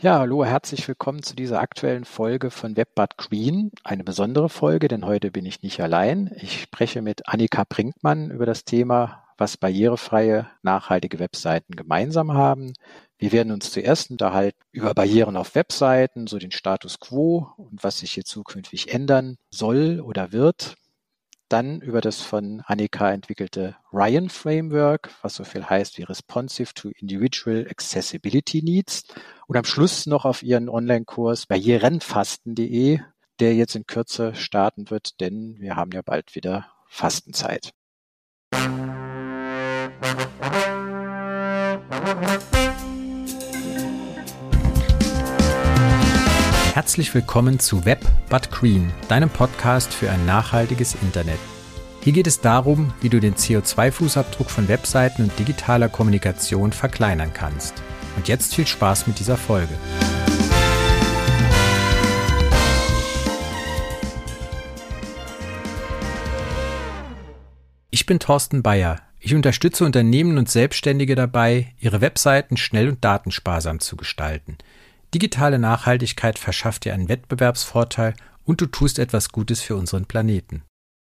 Ja, hallo, herzlich willkommen zu dieser aktuellen Folge von WebBud Green. Eine besondere Folge, denn heute bin ich nicht allein. Ich spreche mit Annika Brinkmann über das Thema, was barrierefreie, nachhaltige Webseiten gemeinsam haben. Wir werden uns zuerst unterhalten über Barrieren auf Webseiten, so den Status quo und was sich hier zukünftig ändern soll oder wird. Dann über das von Annika entwickelte Ryan Framework, was so viel heißt wie Responsive to Individual Accessibility Needs. Und am Schluss noch auf ihren Online-Kurs barrierenfasten.de, der jetzt in Kürze starten wird, denn wir haben ja bald wieder Fastenzeit. Herzlich willkommen zu WebBud Green, deinem Podcast für ein nachhaltiges Internet. Hier geht es darum, wie du den CO2-Fußabdruck von Webseiten und digitaler Kommunikation verkleinern kannst. Und jetzt viel Spaß mit dieser Folge. Ich bin Thorsten Bayer. Ich unterstütze Unternehmen und Selbstständige dabei, ihre Webseiten schnell und datensparsam zu gestalten. Digitale Nachhaltigkeit verschafft dir einen Wettbewerbsvorteil und du tust etwas Gutes für unseren Planeten.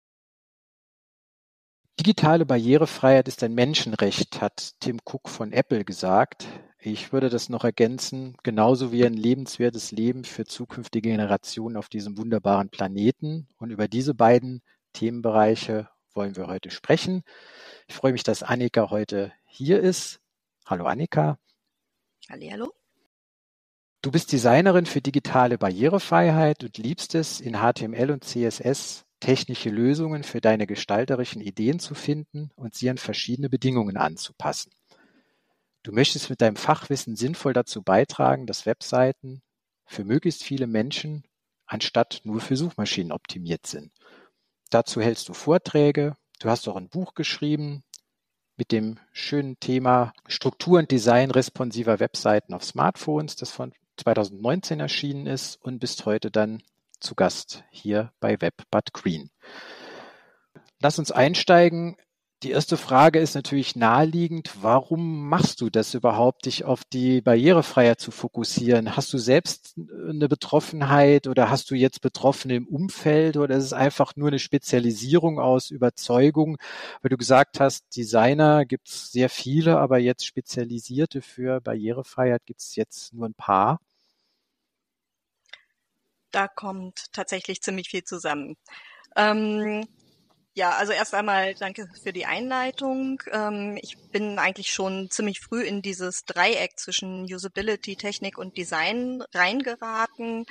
Digitale Barrierefreiheit ist ein Menschenrecht, hat Tim Cook von Apple gesagt. Ich würde das noch ergänzen, genauso wie ein lebenswertes Leben für zukünftige Generationen auf diesem wunderbaren Planeten. Und über diese beiden Themenbereiche wollen wir heute sprechen. Ich freue mich, dass Annika heute hier ist. Hallo Annika. Hallihallo. Du bist Designerin für digitale Barrierefreiheit und liebst es, in HTML und CSS technische Lösungen für deine gestalterischen Ideen zu finden und sie an verschiedene Bedingungen anzupassen. Du möchtest mit deinem Fachwissen sinnvoll dazu beitragen, dass Webseiten für möglichst viele Menschen anstatt nur für Suchmaschinen optimiert sind. Dazu hältst du Vorträge, du hast auch ein Buch geschrieben mit dem schönen Thema Struktur und Design responsiver Webseiten auf Smartphones, das von 2019 erschienen ist und bist heute dann zu Gast hier bei WebBud Green. Lass uns einsteigen. Die erste Frage ist natürlich naheliegend. Warum machst du das überhaupt, dich auf die Barrierefreiheit zu fokussieren? Hast du selbst eine Betroffenheit oder hast du jetzt Betroffene im Umfeld oder ist es einfach nur eine Spezialisierung aus Überzeugung? Weil du gesagt hast, Designer gibt es sehr viele, aber jetzt Spezialisierte für Barrierefreiheit gibt es jetzt nur ein paar. Da kommt tatsächlich ziemlich viel zusammen. Ja, also erst einmal danke für die Einleitung. Ich bin eigentlich schon ziemlich früh in dieses Dreieck zwischen Usability, Technik und Design reingeraten.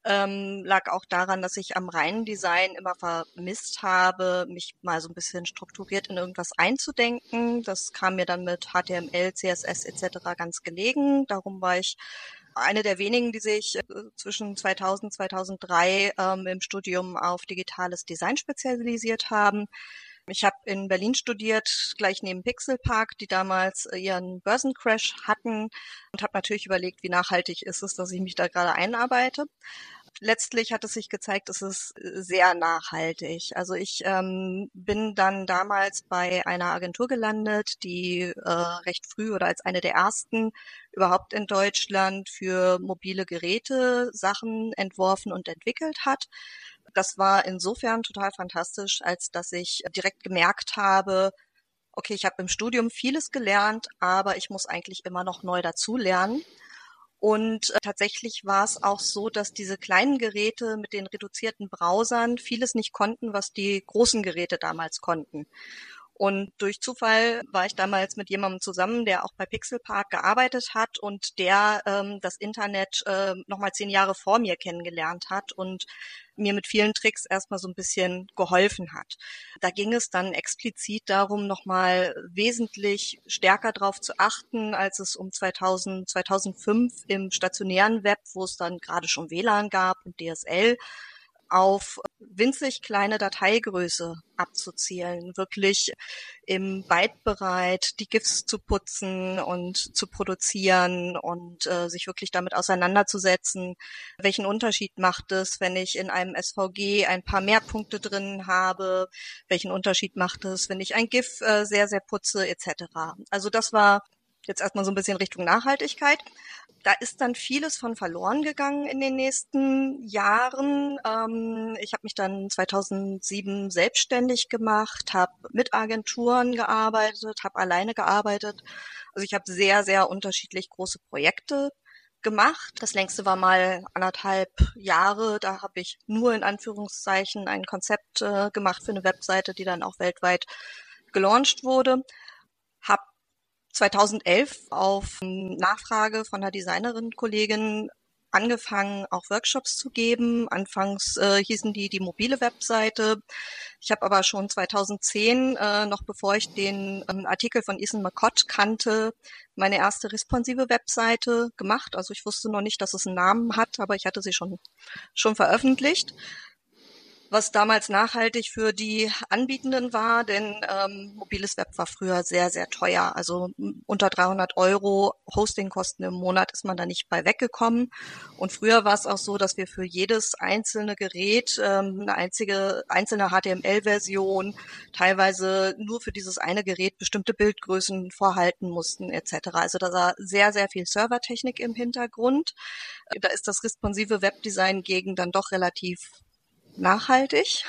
Lag auch daran, dass ich am reinen Design immer vermisst habe, mich mal so ein bisschen strukturiert in irgendwas einzudenken. Das kam mir dann mit HTML, CSS etc. ganz gelegen. Darum war ich eine der wenigen, die sich zwischen 2000 und 2003 im Studium auf digitales Design spezialisiert haben. Ich habe in Berlin studiert, gleich neben Pixelpark, die damals ihren Börsencrash hatten und habe natürlich überlegt, wie nachhaltig ist es, dass ich mich da gerade einarbeite. Letztlich hat es sich gezeigt, es ist sehr nachhaltig. Also ich bin dann damals bei einer Agentur gelandet, die recht früh oder als eine der ersten überhaupt in Deutschland für mobile Geräte Sachen entworfen und entwickelt hat. Das war insofern total fantastisch, als dass ich direkt gemerkt habe, okay, ich habe im Studium vieles gelernt, aber ich muss eigentlich immer noch neu dazulernen. Und tatsächlich war es auch so, dass diese kleinen Geräte mit den reduzierten Browsern vieles nicht konnten, was die großen Geräte damals konnten. Und durch Zufall war ich damals mit jemandem zusammen, der auch bei Pixelpark gearbeitet hat und der das Internet nochmal 10 Jahre vor mir kennengelernt hat und mir mit vielen Tricks erstmal so ein bisschen geholfen hat. Da ging es dann explizit darum, nochmal wesentlich stärker drauf zu achten, als es um 2000, 2005 im stationären Web, wo es dann gerade schon WLAN gab und DSL, auf winzig kleine Dateigröße abzuzielen, wirklich im Bytebereich die GIFs zu putzen und zu produzieren und sich wirklich damit auseinanderzusetzen, welchen Unterschied macht es, wenn ich in einem SVG ein paar mehr Punkte drin habe, welchen Unterschied macht es, wenn ich ein GIF sehr, sehr putze etc. Also das war jetzt erstmal so ein bisschen Richtung Nachhaltigkeit. Da ist dann vieles von verloren gegangen in den nächsten Jahren. Ich habe mich dann 2007 selbstständig gemacht, habe mit Agenturen gearbeitet, habe alleine gearbeitet. Also ich habe sehr, sehr unterschiedlich große Projekte gemacht. Das längste war mal 1,5 Jahre. Da habe ich nur in Anführungszeichen ein Konzept gemacht für eine Webseite, die dann auch weltweit gelauncht wurde. Habe 2011 auf Nachfrage von einer Designerin-Kollegin angefangen, auch Workshops zu geben. Anfangs hießen die mobile Webseite. Ich habe aber schon 2010, noch bevor ich den Artikel von Ethan McCott kannte, meine erste responsive Webseite gemacht. Also ich wusste noch nicht, dass es einen Namen hat, aber ich hatte sie schon veröffentlicht. Was damals nachhaltig für die Anbietenden war, denn mobiles Web war früher sehr, sehr teuer. Also unter 300 € Hostingkosten im Monat ist man da nicht bei weggekommen. Und früher war es auch so, dass wir für jedes einzelne Gerät eine einzelne HTML-Version, teilweise nur für dieses eine Gerät bestimmte Bildgrößen vorhalten mussten etc. Also da war sehr, sehr viel Servertechnik im Hintergrund. Da ist das responsive Webdesign gegen dann doch relativ nachhaltig.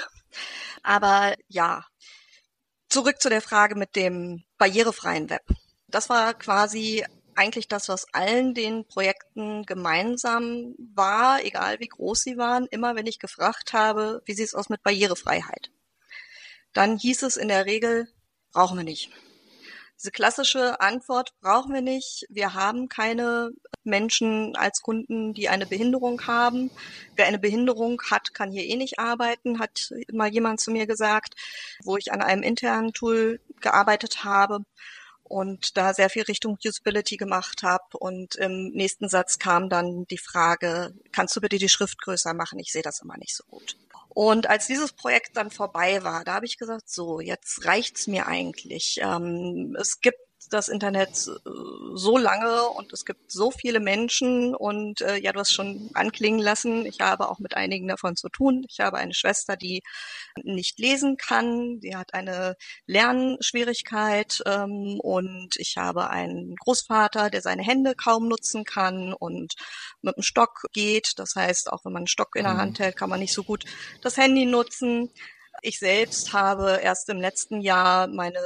Aber ja, zurück zu der Frage mit dem barrierefreien Web. Das war quasi eigentlich das, was allen den Projekten gemeinsam war, egal wie groß sie waren. Immer wenn ich gefragt habe, wie sieht es aus mit Barrierefreiheit? Dann hieß es in der Regel, brauchen wir nicht. Diese klassische Antwort brauchen wir nicht. Wir haben keine Menschen als Kunden, die eine Behinderung haben. Wer eine Behinderung hat, kann hier eh nicht arbeiten, hat mal jemand zu mir gesagt, wo ich an einem internen Tool gearbeitet habe und da sehr viel Richtung Usability gemacht habe. Und im nächsten Satz kam dann die Frage, kannst du bitte die Schrift größer machen? Ich sehe das immer nicht so gut. Und als dieses Projekt dann vorbei war, da habe ich gesagt, so, jetzt reicht's mir eigentlich. Es gibt das Internet so lange und es gibt so viele Menschen und ja, du hast schon anklingen lassen, ich habe auch mit einigen davon zu tun. Ich habe eine Schwester, die nicht lesen kann, die hat eine Lernschwierigkeit und ich habe einen Großvater, der seine Hände kaum nutzen kann und mit dem Stock geht. Das heißt, auch wenn man einen Stock in der Hand hält, kann man nicht so gut das Handy nutzen. Ich selbst habe erst im letzten Jahr meine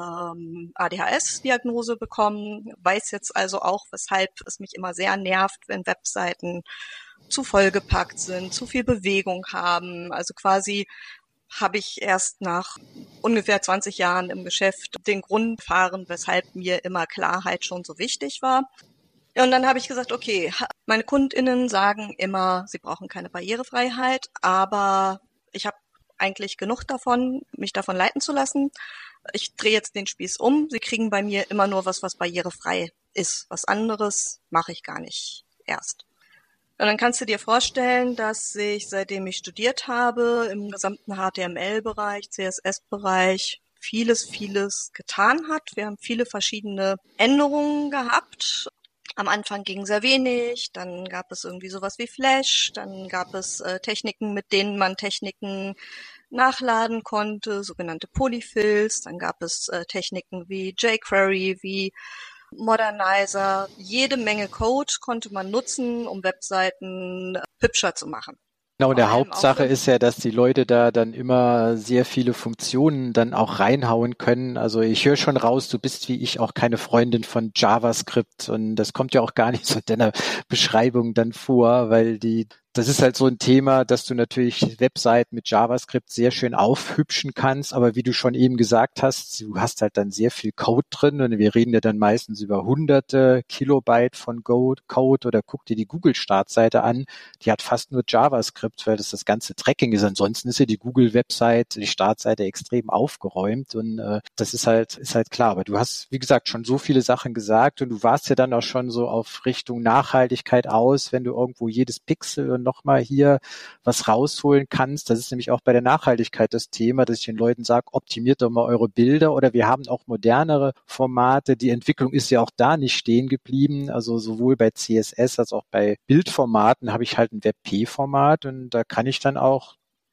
ADHS-Diagnose bekommen, weiß jetzt also auch, weshalb es mich immer sehr nervt, wenn Webseiten zu vollgepackt sind, zu viel Bewegung haben. Also quasi habe ich erst nach ungefähr 20 Jahren im Geschäft den Grund erfahren, weshalb mir immer Klarheit schon so wichtig war. Ja, und dann habe ich gesagt, okay, meine KundInnen sagen immer, sie brauchen keine Barrierefreiheit, aber ich habe eigentlich genug davon, mich davon leiten zu lassen. Ich drehe jetzt den Spieß um. Sie kriegen bei mir immer nur was barrierefrei ist. Was anderes mache ich gar nicht erst. Und dann kannst du dir vorstellen, dass sich, seitdem ich studiert habe, im gesamten HTML-Bereich, CSS-Bereich, vieles getan hat. Wir haben viele verschiedene Änderungen gehabt. Am Anfang ging sehr wenig, dann gab es irgendwie sowas wie Flash, dann gab es Techniken, mit denen man Techniken nachladen konnte, sogenannte Polyfills, dann gab es Techniken wie jQuery, wie Modernizer. Jede Menge Code konnte man nutzen, um Webseiten hübscher zu machen. Genau, der Hauptsache ist ja, dass die Leute da dann immer sehr viele Funktionen dann auch reinhauen können. Also ich höre schon raus, du bist wie ich auch keine Freundin von JavaScript und das kommt ja auch gar nicht so in deiner Beschreibung dann vor, weil das ist halt so ein Thema, dass du natürlich Webseiten mit JavaScript sehr schön aufhübschen kannst, aber wie du schon eben gesagt hast, du hast halt dann sehr viel Code drin und wir reden ja dann meistens über hunderte Kilobyte von Code oder guck dir die Google-Startseite an, die hat fast nur JavaScript, weil das ganze Tracking ist. Ansonsten ist ja die Google-Website, die Startseite extrem aufgeräumt und das ist halt klar. Aber du hast, wie gesagt, schon so viele Sachen gesagt und du warst ja dann auch schon so auf Richtung Nachhaltigkeit aus, wenn du irgendwo jedes Pixel und nochmal hier was rausholen kannst. Das ist nämlich auch bei der Nachhaltigkeit das Thema, dass ich den Leuten sage, optimiert doch mal eure Bilder oder wir haben auch modernere Formate. Die Entwicklung ist ja auch da nicht stehen geblieben. Also sowohl bei CSS als auch bei Bildformaten habe ich halt ein WebP-Format und da kann ich dann auch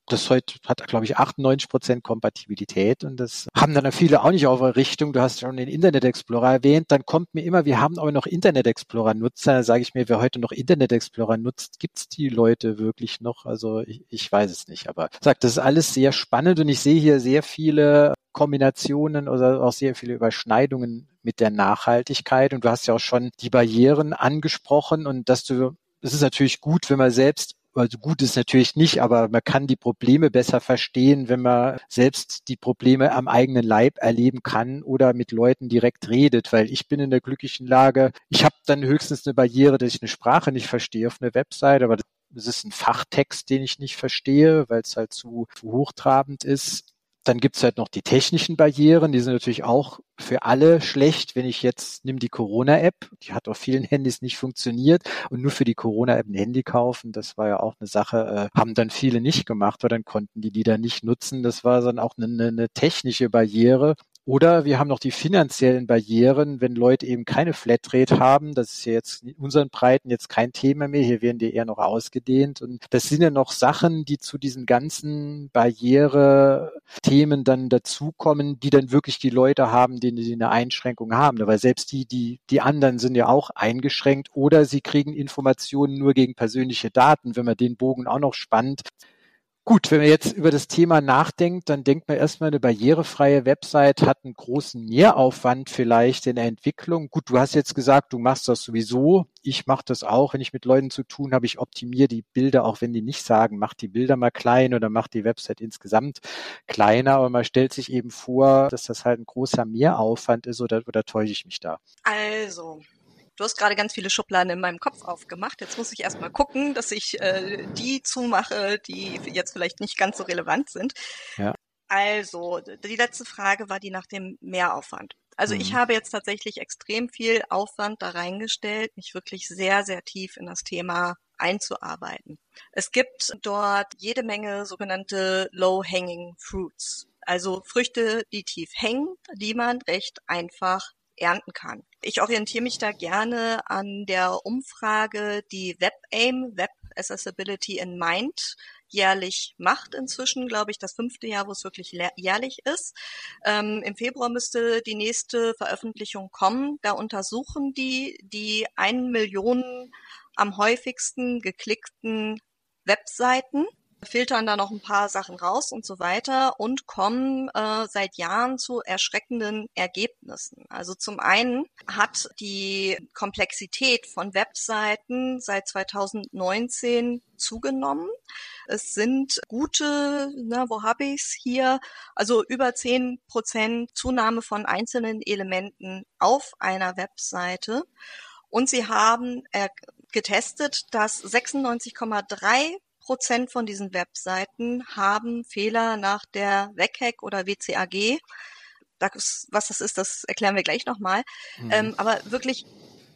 Das heute hat, glaube ich, 98% Kompatibilität und das haben dann viele auch nicht auf der Richtung. Du hast schon den Internet Explorer erwähnt. Dann kommt mir immer, wir haben aber noch Internet Explorer Nutzer. Da sage ich mir, wer heute noch Internet Explorer nutzt, gibt's die Leute wirklich noch? Also ich weiß es nicht, aber ich sag, das ist alles sehr spannend und ich sehe hier sehr viele Kombinationen oder auch sehr viele Überschneidungen mit der Nachhaltigkeit. Und du hast ja auch schon die Barrieren angesprochen und es ist natürlich gut, wenn man selbst, also gut ist natürlich nicht, aber man kann die Probleme besser verstehen, wenn man selbst die Probleme am eigenen Leib erleben kann oder mit Leuten direkt redet, weil ich bin in der glücklichen Lage, ich habe dann höchstens eine Barriere, dass ich eine Sprache nicht verstehe auf einer Website, aber das ist ein Fachtext, den ich nicht verstehe, weil es halt zu hochtrabend ist. Dann gibt's halt noch die technischen Barrieren, die sind natürlich auch für alle schlecht. Wenn ich jetzt nimm die Corona-App, die hat auf vielen Handys nicht funktioniert und nur für die Corona-App ein Handy kaufen, das war ja auch eine Sache, haben dann viele nicht gemacht, weil dann konnten die dann nicht nutzen. Das war dann auch eine technische Barriere. Oder wir haben noch die finanziellen Barrieren, wenn Leute eben keine Flatrate haben. Das ist ja jetzt in unseren Breiten jetzt kein Thema mehr. Hier werden die eher noch ausgedehnt. Und das sind ja noch Sachen, die zu diesen ganzen Barriere-Themen dann dazukommen, die dann wirklich die Leute haben, die eine Einschränkung haben. Weil selbst die anderen sind ja auch eingeschränkt oder sie kriegen Informationen nur gegen persönliche Daten. Wenn man den Bogen auch noch spannt, gut, wenn man jetzt über das Thema nachdenkt, dann denkt man erstmal, eine barrierefreie Website hat einen großen Mehraufwand vielleicht in der Entwicklung. Gut, du hast jetzt gesagt, du machst das sowieso. Ich mache das auch, wenn ich mit Leuten zu tun habe. Ich optimiere die Bilder, auch wenn die nicht sagen, mach die Bilder mal klein oder mach die Website insgesamt kleiner. Aber man stellt sich eben vor, dass das halt ein großer Mehraufwand ist oder täusche ich mich da? Also, du hast gerade ganz viele Schubladen in meinem Kopf aufgemacht. Jetzt muss ich erstmal gucken, dass ich die zumache, die jetzt vielleicht nicht ganz so relevant sind. Ja. Also, die letzte Frage war die nach dem Mehraufwand. Also ich habe jetzt tatsächlich extrem viel Aufwand da reingestellt, mich wirklich sehr, sehr tief in das Thema einzuarbeiten. Es gibt dort jede Menge sogenannte Low-Hanging Fruits, also Früchte, die tief hängen, die man recht einfach ernten kann. Ich orientiere mich da gerne an der Umfrage, die WebAIM, Web Accessibility in Mind, jährlich macht inzwischen, glaube ich, das 5. Jahr, wo es wirklich jährlich ist. Im Februar müsste die nächste Veröffentlichung kommen. Da untersuchen die 1 Million am häufigsten geklickten Webseiten, filtern da noch ein paar Sachen raus und so weiter und kommen seit Jahren zu erschreckenden Ergebnissen. Also zum einen hat die Komplexität von Webseiten seit 2019 zugenommen. Es sind gute, wo habe ich's hier, also über 10% Zunahme von einzelnen Elementen auf einer Webseite. Und sie haben getestet, dass 96,3% von diesen Webseiten haben Fehler nach der WCAG oder WCAG. Was das ist, das erklären wir gleich nochmal. Aber wirklich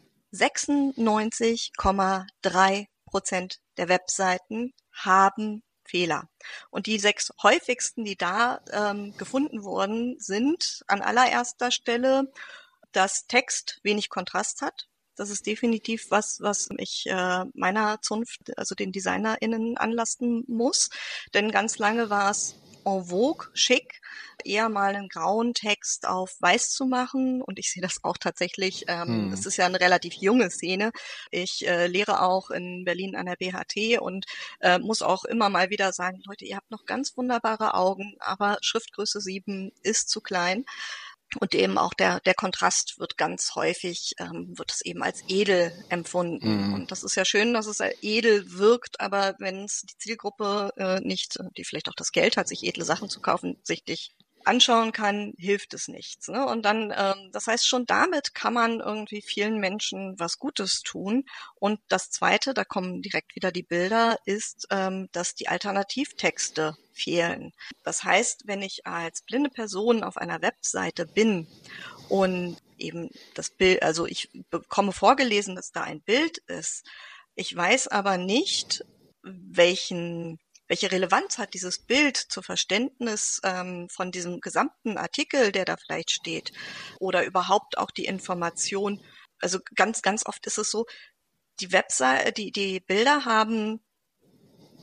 96,3% der Webseiten haben Fehler. Und die 6 häufigsten, die da gefunden wurden, sind an allererster Stelle, dass Text wenig Kontrast hat. Das ist definitiv was ich meiner Zunft, also den DesignerInnen, anlasten muss. Denn ganz lange war es en vogue, schick, eher mal einen grauen Text auf weiß zu machen. Und ich sehe das auch tatsächlich, es ist ja eine relativ junge Szene. Ich lehre auch in Berlin an der BHT und muss auch immer mal wieder sagen, Leute, ihr habt noch ganz wunderbare Augen, aber Schriftgröße 7 ist zu klein. Und eben auch der Kontrast wird ganz häufig, wird es eben als edel empfunden. Und das ist ja schön, dass es edel wirkt, aber wenn es die Zielgruppe nicht, die vielleicht auch das Geld hat, sich edle Sachen zu kaufen, sich nicht anschauen kann, hilft es nichts. Ne? Und dann, das heißt, schon damit kann man irgendwie vielen Menschen was Gutes tun. Und das Zweite, da kommen direkt wieder die Bilder, ist, dass die Alternativtexte fehlen. Das heißt, wenn ich als blinde Person auf einer Webseite bin und eben das Bild, also ich bekomme vorgelesen, dass da ein Bild ist, ich weiß aber nicht, welche Relevanz hat dieses Bild zur Verständnis von diesem gesamten Artikel, der da vielleicht steht, oder überhaupt auch die Information. Also ganz, ganz oft ist es so, die Bilder haben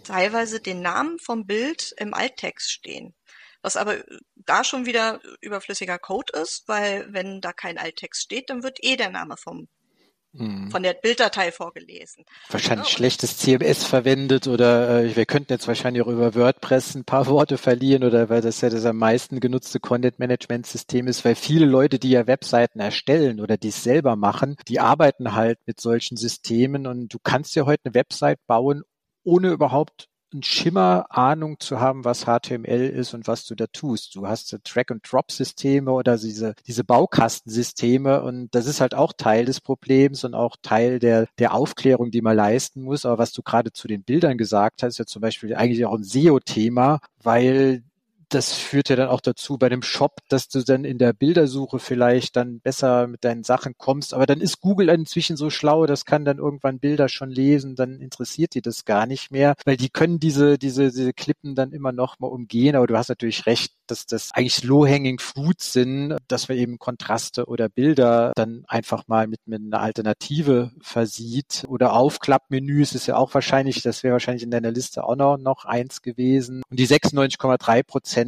teilweise den Namen vom Bild im Alttext stehen. Was aber da schon wieder überflüssiger Code ist, weil wenn da kein Alttext steht, dann wird der Name von der Bilddatei vorgelesen. Wahrscheinlich schlechtes CMS verwendet oder wir könnten jetzt wahrscheinlich auch über WordPress ein paar Worte verlieren oder weil das ja das am meisten genutzte Content-Management-System ist, weil viele Leute, die ja Webseiten erstellen oder die es selber machen, die arbeiten halt mit solchen Systemen und du kannst ja heute eine Website bauen, ohne überhaupt einen Schimmer Ahnung zu haben, was HTML ist und was du da tust. Du hast Drag-and-Drop-Systeme oder diese Baukastensysteme und das ist halt auch Teil des Problems und auch Teil der Aufklärung, die man leisten muss. Aber was du gerade zu den Bildern gesagt hast, ist ja zum Beispiel eigentlich auch ein SEO-Thema, weil das führt ja dann auch dazu bei dem Shop, dass du dann in der Bildersuche vielleicht dann besser mit deinen Sachen kommst. Aber dann ist Google inzwischen so schlau, das kann dann irgendwann Bilder schon lesen, dann interessiert die das gar nicht mehr, weil die können diese Klippen dann immer noch mal umgehen. Aber du hast natürlich recht, dass das eigentlich low-hanging fruits sind, dass man eben Kontraste oder Bilder dann einfach mal mit einer Alternative versieht. Oder Aufklappmenüs ist ja auch wahrscheinlich, das wäre wahrscheinlich in deiner Liste auch noch eins gewesen. Und die 96,3%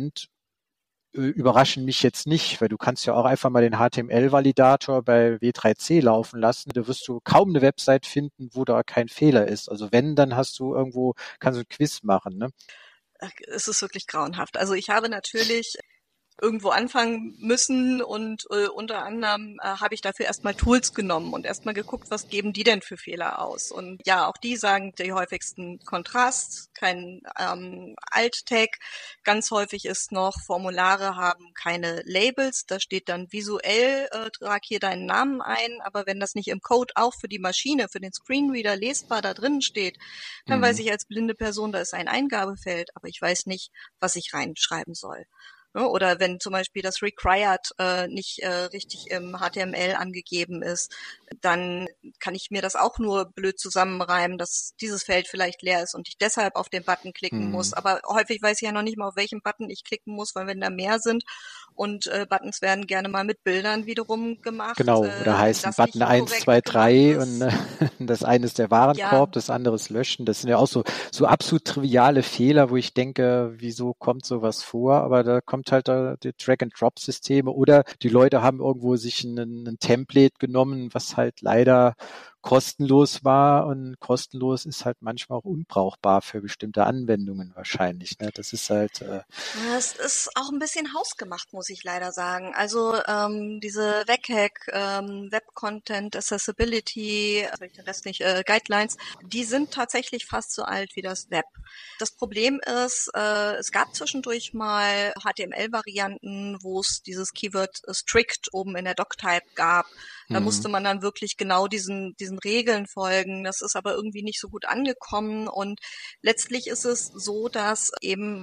überraschen mich jetzt nicht, weil du kannst ja auch einfach mal den HTML-Validator bei W3C laufen lassen. Da wirst du kaum eine Website finden, wo da kein Fehler ist. Also wenn, dann kannst du ein Quiz machen, ne? Es ist wirklich grauenhaft. Also ich habe natürlich irgendwo anfangen müssen und unter anderem habe ich dafür erstmal Tools genommen und erstmal geguckt, was geben die denn für Fehler aus. Und ja, auch die sagen die häufigsten Kontrast, kein Alt-Tag. Ganz häufig ist noch, Formulare haben keine Labels, da steht dann visuell, trag hier deinen Namen ein, aber wenn das nicht im Code auch für die Maschine, für den Screenreader lesbar da drin steht, dann weiß ich als blinde Person, da ist ein Eingabefeld, aber ich weiß nicht, was ich reinschreiben soll. Oder wenn zum Beispiel das Required nicht richtig im HTML angegeben ist, dann kann ich mir das auch nur blöd zusammenreimen, dass dieses Feld vielleicht leer ist und ich deshalb auf den Button klicken muss. Aber häufig weiß ich ja noch nicht mal, auf welchen Button ich klicken muss, weil wenn da mehr sind und Buttons werden gerne mal mit Bildern wiederum gemacht. Genau, oder heißen Button 1, 2, 3 und das eine ist der Warenkorb, das andere ist Löschen. Das sind ja auch so absolut triviale Fehler, wo ich denke, wieso kommt sowas vor? Aber da kommt halt die Drag-and-Drop-Systeme oder die Leute haben irgendwo sich ein Template genommen, was halt leider kostenlos war und kostenlos ist halt manchmal auch unbrauchbar für bestimmte Anwendungen wahrscheinlich. Ne? Das ist halt das ist auch ein bisschen hausgemacht, muss ich leider sagen. Also diese WCAG, Web Content Accessibility, den Rest nicht, Guidelines, die sind tatsächlich fast so alt wie das Web. Das Problem ist, es gab zwischendurch mal HTML-Varianten, wo es dieses Keyword strict oben in der Doctype gab. Da musste man dann wirklich genau diesen Regeln folgen. Das ist aber irgendwie nicht so gut angekommen und letztlich ist es so, dass eben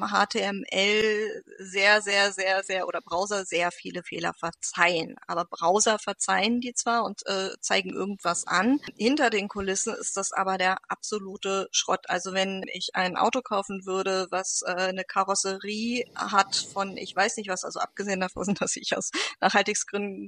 HTML sehr, sehr, sehr, sehr oder Browser sehr viele Fehler verzeihen. Aber Browser verzeihen die zwar und zeigen irgendwas an. Hinter den Kulissen ist das aber der absolute Schrott. Also wenn ich ein Auto kaufen würde, was eine Karosserie hat von ich weiß nicht was, also abgesehen davon, dass ich aus Nachhaltigkeitsgründen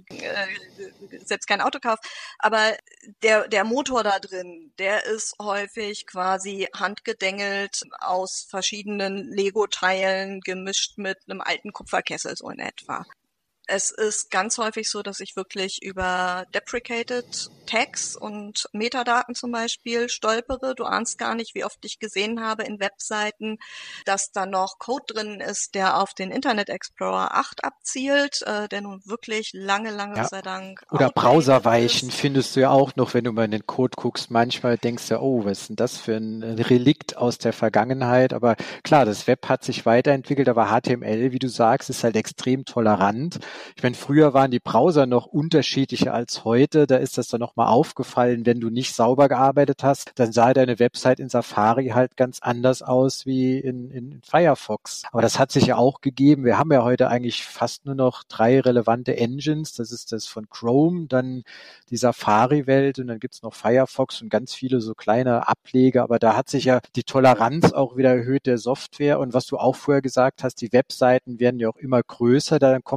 selbst kein Auto kaufe, aber der Motor da drin, der ist häufig quasi handgedengelt aus verschiedenen Lego-Teilen gemischt mit einem alten Kupferkessel so in etwa. Es ist ganz häufig so, dass ich wirklich über deprecated Tags und Metadaten zum Beispiel stolpere. Du ahnst gar nicht, wie oft ich gesehen habe in Webseiten, dass da noch Code drin ist, der auf den Internet Explorer 8 abzielt, der nun wirklich lange, Gott sei Dank oder Browserweichen findest du ja auch noch, wenn du mal in den Code guckst. Manchmal denkst du, oh, was ist denn das für ein Relikt aus der Vergangenheit? Aber klar, das Web hat sich weiterentwickelt, aber HTML, wie du sagst, ist halt extrem tolerant. Ich meine, früher waren die Browser noch unterschiedlicher als heute. Da ist das dann nochmal aufgefallen, wenn du nicht sauber gearbeitet hast, dann sah deine Website in Safari halt ganz anders aus wie in Firefox. Aber das hat sich ja auch gegeben. Wir haben ja heute eigentlich fast nur noch 3 relevante Engines. Das ist das von Chrome, dann die Safari-Welt und dann gibt's noch Firefox und ganz viele so kleine Ableger. Aber da hat sich ja die Toleranz auch wieder erhöht der Software. Und was du auch vorher gesagt hast, die Webseiten werden ja auch immer größer. Dann kommen wir wieder zur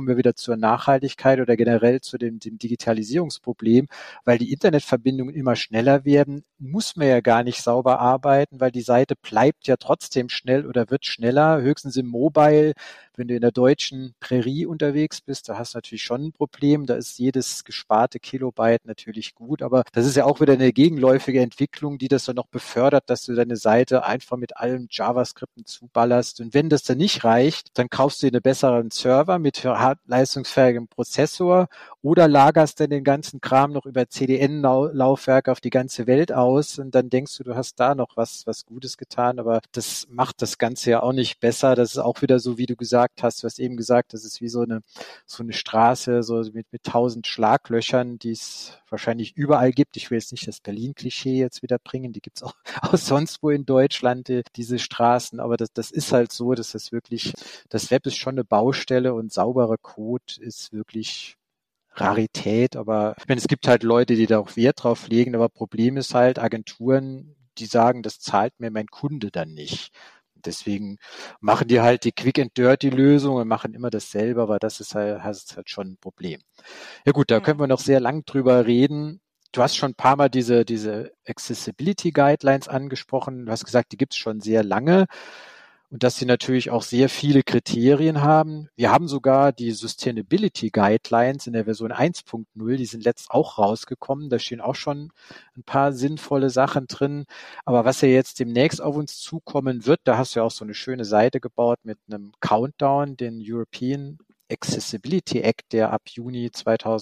zur Nachhaltigkeit oder generell zu dem Digitalisierungsproblem, weil die Internetverbindungen immer schneller werden, muss man ja gar nicht sauber arbeiten, weil die Seite bleibt ja trotzdem schnell oder wird schneller, höchstens im Mobile. Wenn du in der deutschen Prärie unterwegs bist, da hast du natürlich schon ein Problem. Da ist jedes gesparte Kilobyte natürlich gut, aber das ist ja auch wieder eine gegenläufige Entwicklung, die das dann noch befördert, dass du deine Seite einfach mit allem JavaScript zuballerst. Und wenn das dann nicht reicht, dann kaufst du dir einen besseren Server mit leistungsfähigem Prozessor oder lagerst dann den ganzen Kram noch über CDN-Laufwerke auf die ganze Welt aus und dann denkst du, du hast da noch was Gutes getan, aber das macht das Ganze ja auch nicht besser. Das ist auch wieder so, wie du gesagt hast. Du hast eben gesagt, das ist wie so eine Straße, so mit 1000 Schlaglöchern, die es wahrscheinlich überall gibt. Ich will jetzt nicht das Berlin-Klischee jetzt wieder bringen. Die gibt's auch sonst wo in Deutschland, diese Straßen. Aber das ist halt so, dass das wirklich, das Web ist schon eine Baustelle und sauberer Code ist wirklich Rarität, aber ich meine, es gibt halt Leute, die da auch Wert drauf legen, aber Problem ist halt Agenturen, die sagen, das zahlt mir mein Kunde dann nicht. Deswegen machen die halt die Quick and Dirty Lösung und machen immer dasselbe, aber das ist halt schon ein Problem. Ja gut, da können wir noch sehr lang drüber reden. Du hast schon ein paar Mal diese Accessibility Guidelines angesprochen. Du hast gesagt, die gibt es schon sehr lange. Und dass sie natürlich auch sehr viele Kriterien haben. Wir haben sogar die Sustainability Guidelines in der Version 1.0, die sind letzt auch rausgekommen. Da stehen auch schon ein paar sinnvolle Sachen drin. Aber was ja jetzt demnächst auf uns zukommen wird, da hast du ja auch so eine schöne Seite gebaut mit einem Countdown, den European Accessibility Act, der ab Juni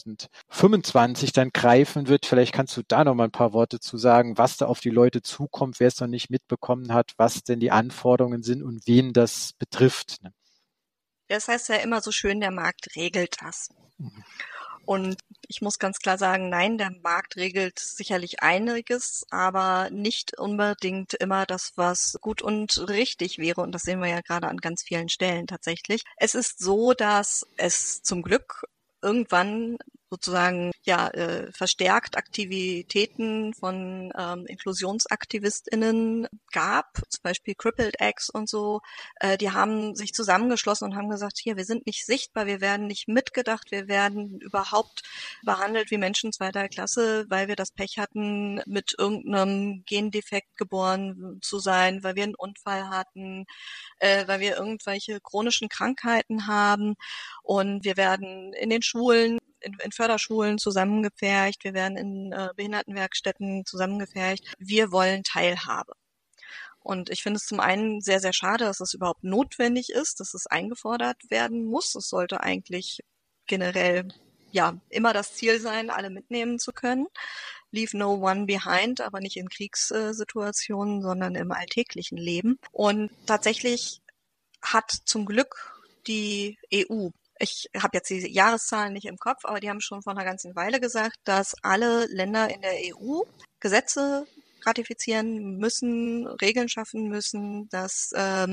2025 dann greifen wird. Vielleicht kannst du da noch mal ein paar Worte zu sagen, was da auf die Leute zukommt, wer es noch nicht mitbekommen hat, was denn die Anforderungen sind und wen das betrifft. Das heißt ja immer so schön, der Markt regelt das. Und ich muss ganz klar sagen, nein, der Markt regelt sicherlich einiges, aber nicht unbedingt immer das, was gut und richtig wäre. Und das sehen wir ja gerade an ganz vielen Stellen tatsächlich. Es ist so, dass es zum Glück irgendwann sozusagen verstärkt Aktivitäten von InklusionsaktivistInnen gab, zum Beispiel Crippled X und so. Die haben sich zusammengeschlossen und haben gesagt, hier, wir sind nicht sichtbar, wir werden nicht mitgedacht, wir werden überhaupt behandelt wie Menschen zweiter Klasse, weil wir das Pech hatten, mit irgendeinem Gendefekt geboren zu sein, weil wir einen Unfall hatten, weil wir irgendwelche chronischen Krankheiten haben, und wir werden in den Schulen, in Förderschulen zusammengepfercht, wir werden in Behindertenwerkstätten zusammengepfercht. Wir wollen Teilhabe. Und ich finde es zum einen sehr, sehr schade, dass es überhaupt notwendig ist, dass es eingefordert werden muss. Es sollte eigentlich generell immer das Ziel sein, alle mitnehmen zu können. Leave no one behind, aber nicht in Kriegssituationen, sondern im alltäglichen Leben. Und tatsächlich hat zum Glück die EU, ich habe jetzt die Jahreszahlen nicht im Kopf, aber die haben schon vor einer ganzen Weile gesagt, dass alle Länder in der EU Gesetze ratifizieren müssen, Regeln schaffen müssen, dass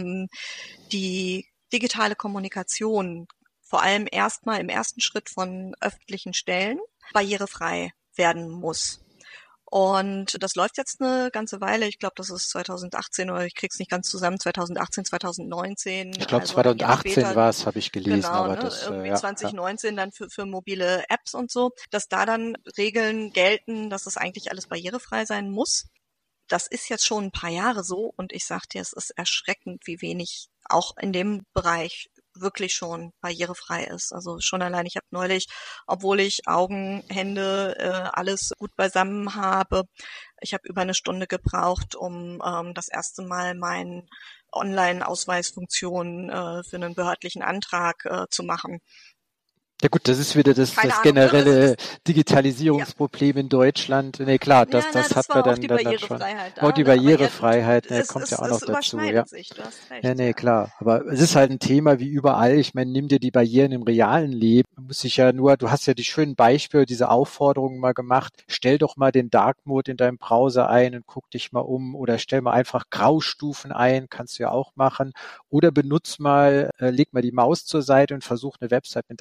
die digitale Kommunikation vor allem erstmal im ersten Schritt von öffentlichen Stellen barrierefrei werden muss. Und das läuft jetzt eine ganze Weile. Ich glaube, das ist 2018 oder ich krieg's nicht ganz zusammen, 2018, 2019. Ich glaube, 2018 war es, habe ich gelesen. Genau, aber das irgendwie 2019 dann für mobile Apps und so, dass da dann Regeln gelten, dass es eigentlich alles barrierefrei sein muss. Das ist jetzt schon ein paar Jahre so, und ich sag dir, es ist erschreckend, wie wenig auch in dem Bereich wirklich schon barrierefrei ist. Also schon allein, ich habe neulich, obwohl ich Augen, Hände, alles gut beisammen habe, ich habe über eine Stunde gebraucht, um das erste Mal meine Online-Ausweisfunktion für einen behördlichen Antrag zu machen. Ja gut, das ist wieder das generelle Digitalisierungsproblem in Deutschland. Nee, klar, das hat man dann schon. Auch die Barrierefreiheit, kommt ja auch noch dazu. Ja. Nee, klar. Aber es ist halt ein Thema wie überall. Ich meine, nimm dir die Barrieren im realen Leben. Du hast ja die schönen Beispiele, diese Aufforderungen mal gemacht. Stell doch mal den Dark Mode in deinem Browser ein und guck dich mal um. Oder stell mal einfach Graustufen ein, kannst du ja auch machen. Oder leg mal die Maus zur Seite und versuch eine Website mit der Tastatur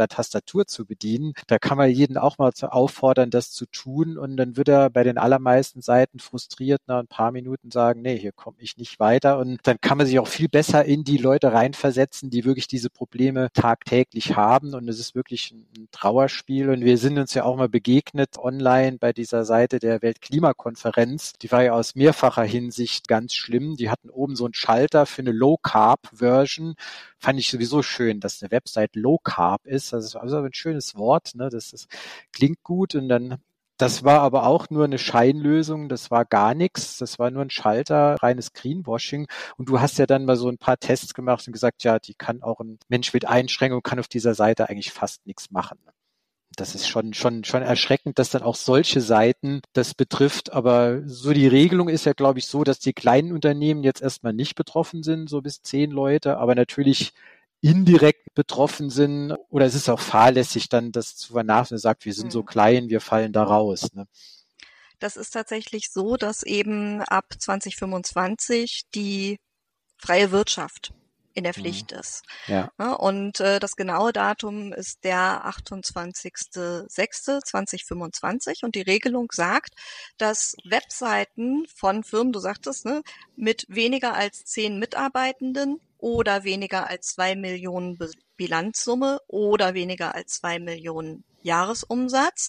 Tastatur zu bedienen. Da kann man jeden auch mal auffordern, das zu tun und dann wird er bei den allermeisten Seiten frustriert nach ein paar Minuten sagen, nee, hier komme ich nicht weiter und dann kann man sich auch viel besser in die Leute reinversetzen, die wirklich diese Probleme tagtäglich haben und es ist wirklich ein Trauerspiel und wir sind uns ja auch mal begegnet online bei dieser Seite der Weltklimakonferenz. Die war ja aus mehrfacher Hinsicht ganz schlimm. Die hatten oben so einen Schalter für eine Low-Carb-Version. Fand ich sowieso schön, dass eine Website Low-Carb ist. Das ist also ein schönes Wort, ne? Klingt gut und dann das war aber auch nur eine Scheinlösung, das war gar nichts, das war nur ein Schalter, reines Greenwashing. Und du hast ja dann mal so ein paar Tests gemacht und gesagt, ja, die kann auch ein Mensch mit Einschränkung, kann auf dieser Seite eigentlich fast nichts machen. Das ist schon erschreckend, dass dann auch solche Seiten das betrifft. Aber so die Regelung ist ja, glaube ich, so, dass die kleinen Unternehmen jetzt erstmal nicht betroffen sind, so bis 10 Leute, aber natürlich indirekt betroffen sind. Oder es ist auch fahrlässig, dann das zu vernachlässigen und sagt, wir sind so klein, wir fallen da raus. Ne? Das ist tatsächlich so, dass eben ab 2025 die freie Wirtschaft in der Pflicht ist. Ja. Und das genaue Datum ist der 28.06.2025 und die Regelung sagt, dass Webseiten von Firmen, du sagtest, ne, mit weniger als 10 Mitarbeitenden oder weniger als 2 Millionen Bilanzsumme oder weniger als 2 Millionen Jahresumsatz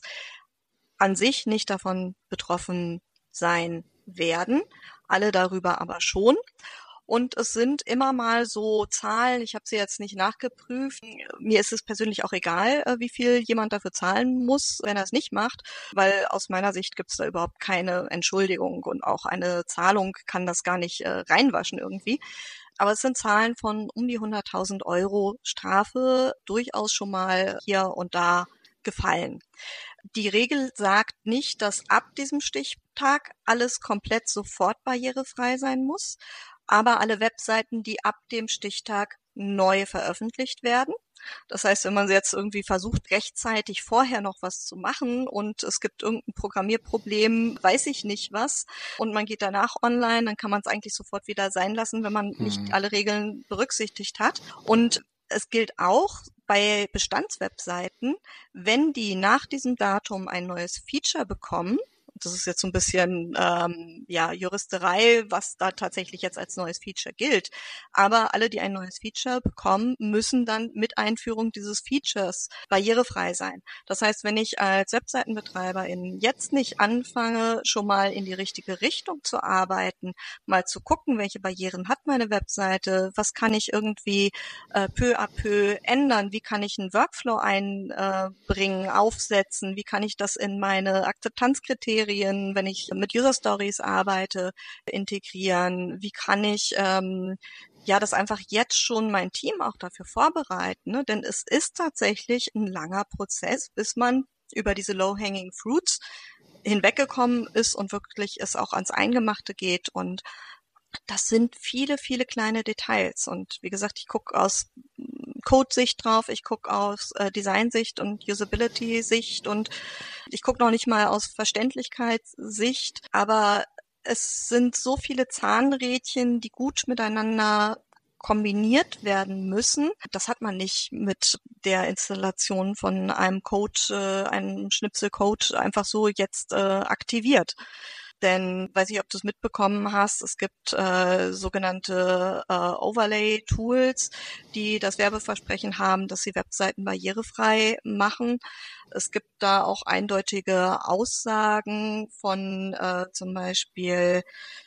an sich nicht davon betroffen sein werden, alle darüber aber schon. Und es sind immer mal so Zahlen, ich habe sie jetzt nicht nachgeprüft. Mir ist es persönlich auch egal, wie viel jemand dafür zahlen muss, wenn er es nicht macht, weil aus meiner Sicht gibt es da überhaupt keine Entschuldigung und auch eine Zahlung kann das gar nicht reinwaschen irgendwie. Aber es sind Zahlen von um die 100.000 Euro Strafe durchaus schon mal hier und da gefallen. Die Regel sagt nicht, dass ab diesem Stichtag alles komplett sofort barrierefrei sein muss, aber alle Webseiten, die ab dem Stichtag neu veröffentlicht werden. Das heißt, wenn man jetzt irgendwie versucht, rechtzeitig vorher noch was zu machen und es gibt irgendein Programmierproblem, weiß ich nicht was, und man geht danach online, dann kann man es eigentlich sofort wieder sein lassen, wenn man nicht alle Regeln berücksichtigt hat. Und es gilt auch bei Bestandswebseiten, wenn die nach diesem Datum ein neues Feature bekommen, das ist jetzt so ein bisschen Juristerei, was da tatsächlich jetzt als neues Feature gilt. Aber alle, die ein neues Feature bekommen, müssen dann mit Einführung dieses Features barrierefrei sein. Das heißt, wenn ich als Webseitenbetreiberin jetzt nicht anfange, schon mal in die richtige Richtung zu arbeiten, mal zu gucken, welche Barrieren hat meine Webseite, was kann ich irgendwie peu à peu ändern, wie kann ich einen Workflow einbringen, aufsetzen, wie kann ich das in meine Akzeptanzkriterien, wenn ich mit User Stories arbeite, integrieren? Wie kann ich das einfach jetzt schon mein Team auch dafür vorbereiten? Ne? Denn es ist tatsächlich ein langer Prozess, bis man über diese Low-Hanging Fruits hinweggekommen ist und wirklich es auch ans Eingemachte geht. Und das sind viele, viele kleine Details. Und wie gesagt, ich gucke aus Code-Sicht drauf, ich gucke aus Design-Sicht und Usability-Sicht und ich gucke noch nicht mal aus Verständlichkeitssicht, aber es sind so viele Zahnrädchen, die gut miteinander kombiniert werden müssen. Das hat man nicht mit der Installation von einem Code, einem Schnipsel Code einfach so jetzt aktiviert. Denn, weiß ich, ob du es mitbekommen hast, es gibt sogenannte Overlay-Tools, die das Werbeversprechen haben, dass sie Webseiten barrierefrei machen. Es gibt da auch eindeutige Aussagen von zum Beispiel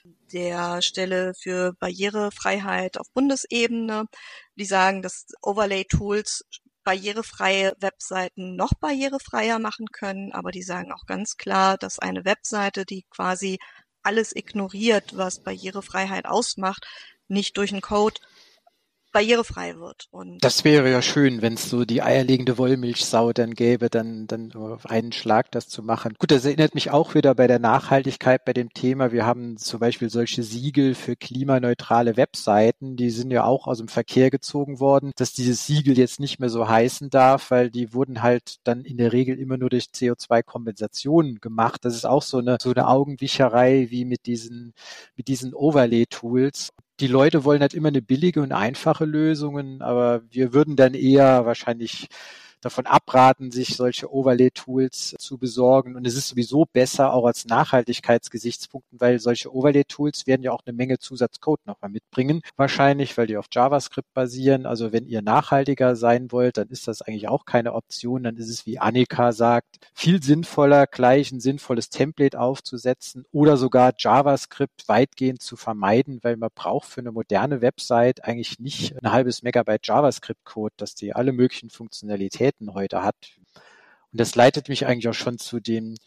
der Stelle für Barrierefreiheit auf Bundesebene, die sagen, dass Overlay-Tools barrierefreie Webseiten noch barrierefreier machen können, aber die sagen auch ganz klar, dass eine Webseite, die quasi alles ignoriert, was Barrierefreiheit ausmacht, nicht durch einen Code barrierefrei wird. Und das wäre ja schön, wenn es so die eierlegende Wollmilchsau dann gäbe, dann auf einen Schlag das zu machen. Gut, das erinnert mich auch wieder bei der Nachhaltigkeit bei dem Thema. Wir haben zum Beispiel solche Siegel für klimaneutrale Webseiten, die sind ja auch aus dem Verkehr gezogen worden, dass dieses Siegel jetzt nicht mehr so heißen darf, weil die wurden halt dann in der Regel immer nur durch CO2-Kompensation gemacht. Das ist auch so eine Augenwischerei wie mit diesen Overlay-Tools. Die Leute wollen halt immer eine billige und einfache Lösungen, aber wir würden dann eher wahrscheinlich davon abraten, sich solche Overlay-Tools zu besorgen. Und es ist sowieso besser, auch als Nachhaltigkeitsgesichtspunkten, weil solche Overlay-Tools werden ja auch eine Menge Zusatzcode nochmal mitbringen. Wahrscheinlich, weil die auf JavaScript basieren. Also wenn ihr nachhaltiger sein wollt, dann ist das eigentlich auch keine Option. Dann ist es, wie Annika sagt, viel sinnvoller, gleich ein sinnvolles Template aufzusetzen oder sogar JavaScript weitgehend zu vermeiden, weil man braucht für eine moderne Website eigentlich nicht ein halbes Megabyte JavaScript-Code, dass die alle möglichen Funktionalitäten heute hat. Und das leitet mich eigentlich auch schon zu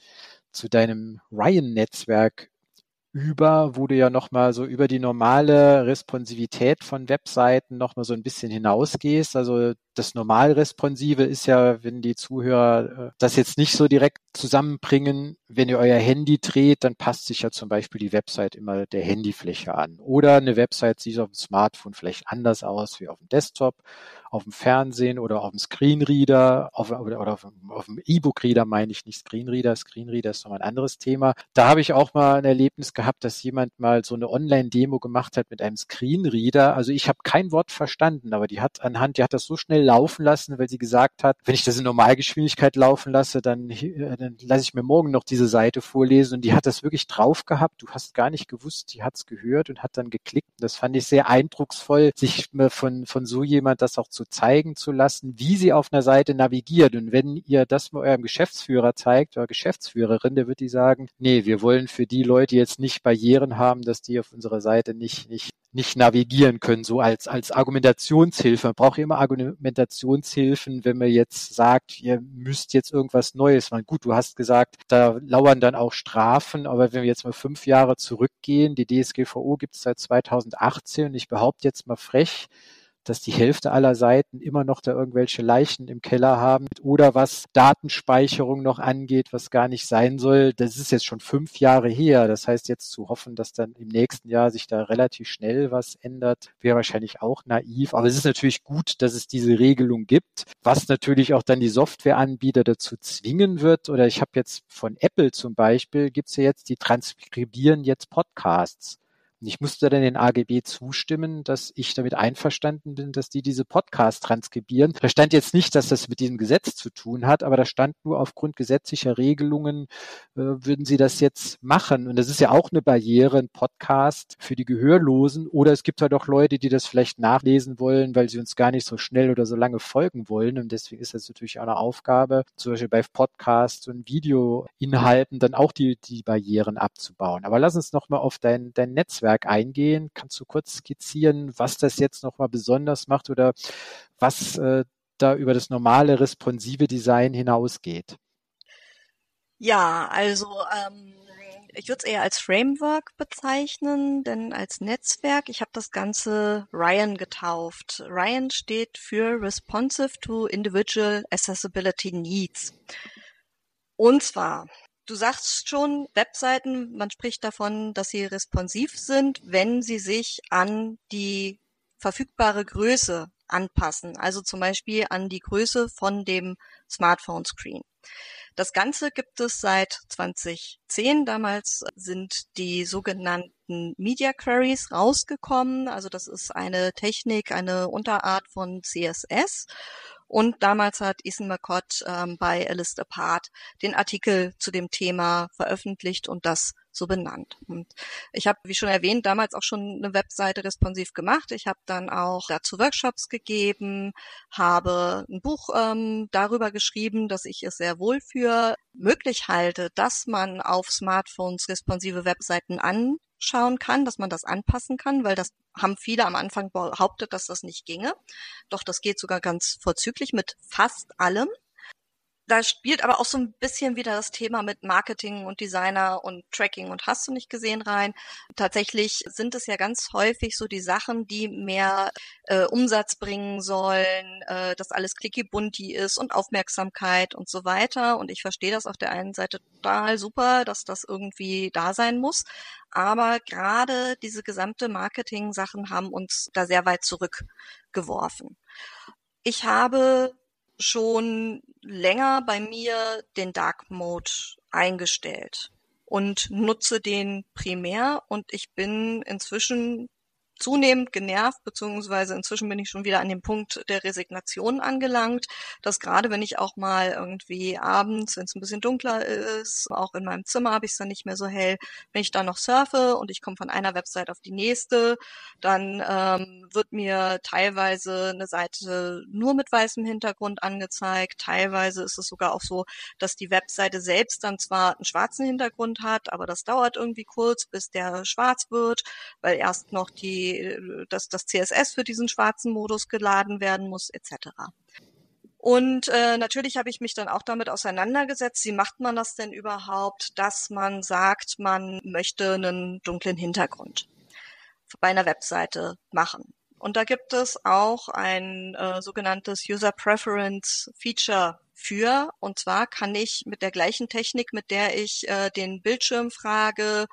deinem Ryan-Netzwerk über, wo du ja nochmal so über die normale Responsivität von Webseiten nochmal so ein bisschen hinausgehst. Also das Normalresponsive ist ja, wenn die Zuhörer das jetzt nicht so direkt zusammenbringen, wenn ihr euer Handy dreht, dann passt sich ja zum Beispiel die Website immer der Handyfläche an. Oder eine Website sieht auf dem Smartphone vielleicht anders aus wie auf dem Desktop, auf dem Fernsehen oder auf dem Screenreader, oder auf dem E-Book-Reader meine ich nicht Screenreader. Screenreader ist nochmal ein anderes Thema. Da habe ich auch mal ein Erlebnis gehabt, dass jemand mal so eine Online-Demo gemacht hat mit einem Screenreader. Also ich habe kein Wort verstanden, aber die hat das so schnell laufen lassen, weil sie gesagt hat, wenn ich das in Normalgeschwindigkeit laufen lasse, dann lasse ich mir morgen noch diese Seite vorlesen. Und die hat das wirklich drauf gehabt. Du hast gar nicht gewusst, die hat es gehört und hat dann geklickt. Und das fand ich sehr eindrucksvoll, sich von so jemand das auch zu zeigen zu lassen, wie sie auf einer Seite navigiert. Und wenn ihr das mal eurem Geschäftsführer zeigt oder Geschäftsführerin, der wird die sagen, nee, wir wollen für die Leute jetzt nicht Barrieren haben, dass die auf unserer Seite nicht navigieren können, so als Argumentationshilfe. Man braucht immer Argumentationshilfen, wenn man jetzt sagt, ihr müsst jetzt irgendwas Neues machen. Gut, du hast gesagt, da lauern dann auch Strafen, aber wenn wir jetzt mal 5 Jahre zurückgehen, die DSGVO gibt es seit 2018 und ich behaupte jetzt mal frech, dass die Hälfte aller Seiten immer noch da irgendwelche Leichen im Keller haben oder was Datenspeicherung noch angeht, was gar nicht sein soll. Das ist jetzt schon 5 Jahre her. Das heißt, jetzt zu hoffen, dass dann im nächsten Jahr sich da relativ schnell was ändert, wäre wahrscheinlich auch naiv. Aber es ist natürlich gut, dass es diese Regelung gibt, was natürlich auch dann die Softwareanbieter dazu zwingen wird. Oder ich habe jetzt von Apple zum Beispiel, gibt's ja jetzt, die transkribieren jetzt Podcasts. Und ich musste dann den AGB zustimmen, dass ich damit einverstanden bin, dass die diese Podcasts transkribieren. Da stand jetzt nicht, dass das mit diesem Gesetz zu tun hat, aber da stand nur aufgrund gesetzlicher Regelungen, würden sie das jetzt machen. Und das ist ja auch eine Barriere, ein Podcast für die Gehörlosen. Oder es gibt halt auch Leute, die das vielleicht nachlesen wollen, weil sie uns gar nicht so schnell oder so lange folgen wollen. Und deswegen ist das natürlich auch eine Aufgabe, zum Beispiel bei Podcasts und Videoinhalten dann auch die Barrieren abzubauen. Aber lass uns nochmal auf dein Netzwerk eingehen. Kannst du kurz skizzieren, was das jetzt nochmal besonders macht oder was da über das normale responsive Design hinausgeht? Ja, also ich würde es eher als Framework bezeichnen, denn als Netzwerk, ich habe das Ganze Ryan getauft. Ryan steht für Responsive to Individual Accessibility Needs. Und zwar, du sagst schon, Webseiten, man spricht davon, dass sie responsiv sind, wenn sie sich an die verfügbare Größe anpassen, also zum Beispiel an die Größe von dem Smartphone-Screen. Das Ganze gibt es seit 2010. Damals sind die sogenannten Media Queries rausgekommen. Also das ist eine Technik, eine Unterart von CSS. Und damals hat Ethan McCott bei A List Apart den Artikel zu dem Thema veröffentlicht und das so benannt. Und ich habe, wie schon erwähnt, damals auch schon eine Webseite responsiv gemacht. Ich habe dann auch dazu Workshops gegeben, habe ein Buch darüber geschrieben, dass ich es sehr wohl für möglich halte, dass man auf Smartphones responsive Webseiten anschauen kann, dass man das anpassen kann, weil das haben viele am Anfang behauptet, dass das nicht ginge. Doch das geht sogar ganz vorzüglich mit fast allem. Da spielt aber auch so ein bisschen wieder das Thema mit Marketing und Designer und Tracking und hast du nicht gesehen rein. Tatsächlich sind es ja ganz häufig so die Sachen, die mehr Umsatz bringen sollen, dass alles clicky-bunti ist und Aufmerksamkeit und so weiter. Und ich verstehe das auf der einen Seite total super, dass das irgendwie da sein muss. Aber gerade diese gesamte Marketing-Sachen haben uns da sehr weit zurückgeworfen. Ich habe schon länger bei mir den Dark Mode eingestellt und nutze den primär und ich bin inzwischen zunehmend genervt, beziehungsweise inzwischen bin ich schon wieder an dem Punkt der Resignation angelangt, dass gerade wenn ich auch mal irgendwie abends, wenn es ein bisschen dunkler ist, auch in meinem Zimmer habe ich es dann nicht mehr so hell, wenn ich da noch surfe und ich komme von einer Website auf die nächste, dann wird mir teilweise eine Seite nur mit weißem Hintergrund angezeigt, teilweise ist es sogar auch so, dass die Webseite selbst dann zwar einen schwarzen Hintergrund hat, aber das dauert irgendwie kurz, bis der schwarz wird, weil erst noch das CSS für diesen schwarzen Modus geladen werden muss, etc. Und natürlich habe ich mich dann auch damit auseinandergesetzt, wie macht man das denn überhaupt, dass man sagt, man möchte einen dunklen Hintergrund bei einer Webseite machen. Und da gibt es auch ein sogenanntes User Preference Feature für. Und zwar kann ich mit der gleichen Technik, mit der ich den Bildschirm frage,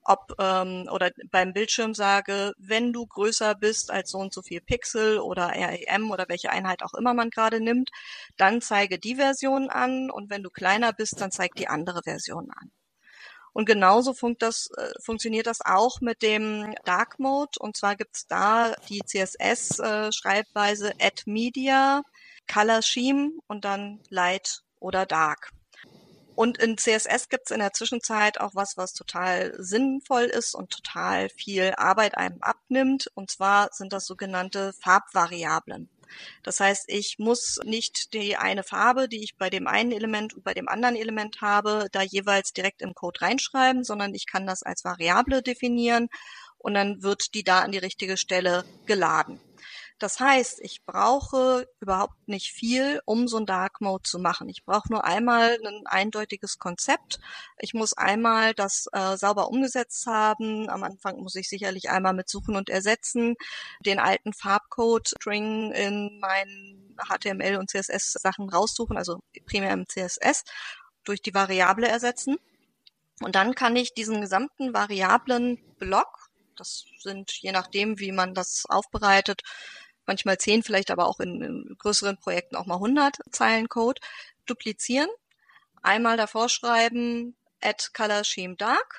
oder beim Bildschirm sage, wenn du größer bist als so und so viel Pixel oder REM oder welche Einheit auch immer man gerade nimmt, dann zeige die Version an und wenn du kleiner bist, dann zeig die andere Version an. Und genauso funktioniert das auch mit dem Dark Mode. Und zwar gibt's da die CSS-Schreibweise Add Media, Color Scheme und dann Light oder Dark. Und in CSS gibt's in der Zwischenzeit auch was total sinnvoll ist und total viel Arbeit einem abnimmt. Und zwar sind das sogenannte Farbvariablen. Das heißt, ich muss nicht die eine Farbe, die ich bei dem einen Element und bei dem anderen Element habe, da jeweils direkt im Code reinschreiben, sondern ich kann das als Variable definieren und dann wird die da an die richtige Stelle geladen. Das heißt, ich brauche überhaupt nicht viel, um so einen Dark Mode zu machen. Ich brauche nur einmal ein eindeutiges Konzept. Ich muss einmal das sauber umgesetzt haben. Am Anfang muss ich sicherlich einmal mit Suchen und Ersetzen den alten Farbcode-String in meinen HTML und CSS-Sachen raussuchen, also primär im CSS, durch die Variable ersetzen. Und dann kann ich diesen gesamten Variablen-Block, das sind, je nachdem, wie man das aufbereitet, manchmal 10, vielleicht aber auch in größeren Projekten auch mal 100 Zeilen Code, duplizieren, einmal davor schreiben, add color scheme dark,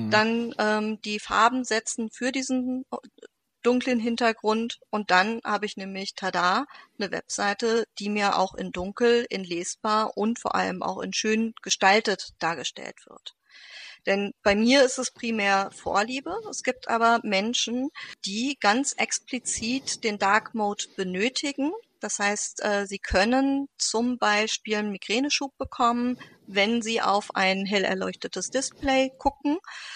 dann die Farben setzen für diesen dunklen Hintergrund und dann habe ich nämlich, tada, eine Webseite, die mir auch in dunkel, in lesbar und vor allem auch in schön gestaltet dargestellt wird. Denn bei mir ist es primär Vorliebe. Es gibt aber Menschen, die ganz explizit den Dark Mode benötigen. Das heißt, sie können zum Beispiel einen Migräneschub bekommen, wenn sie auf ein hell erleuchtetes Display gucken.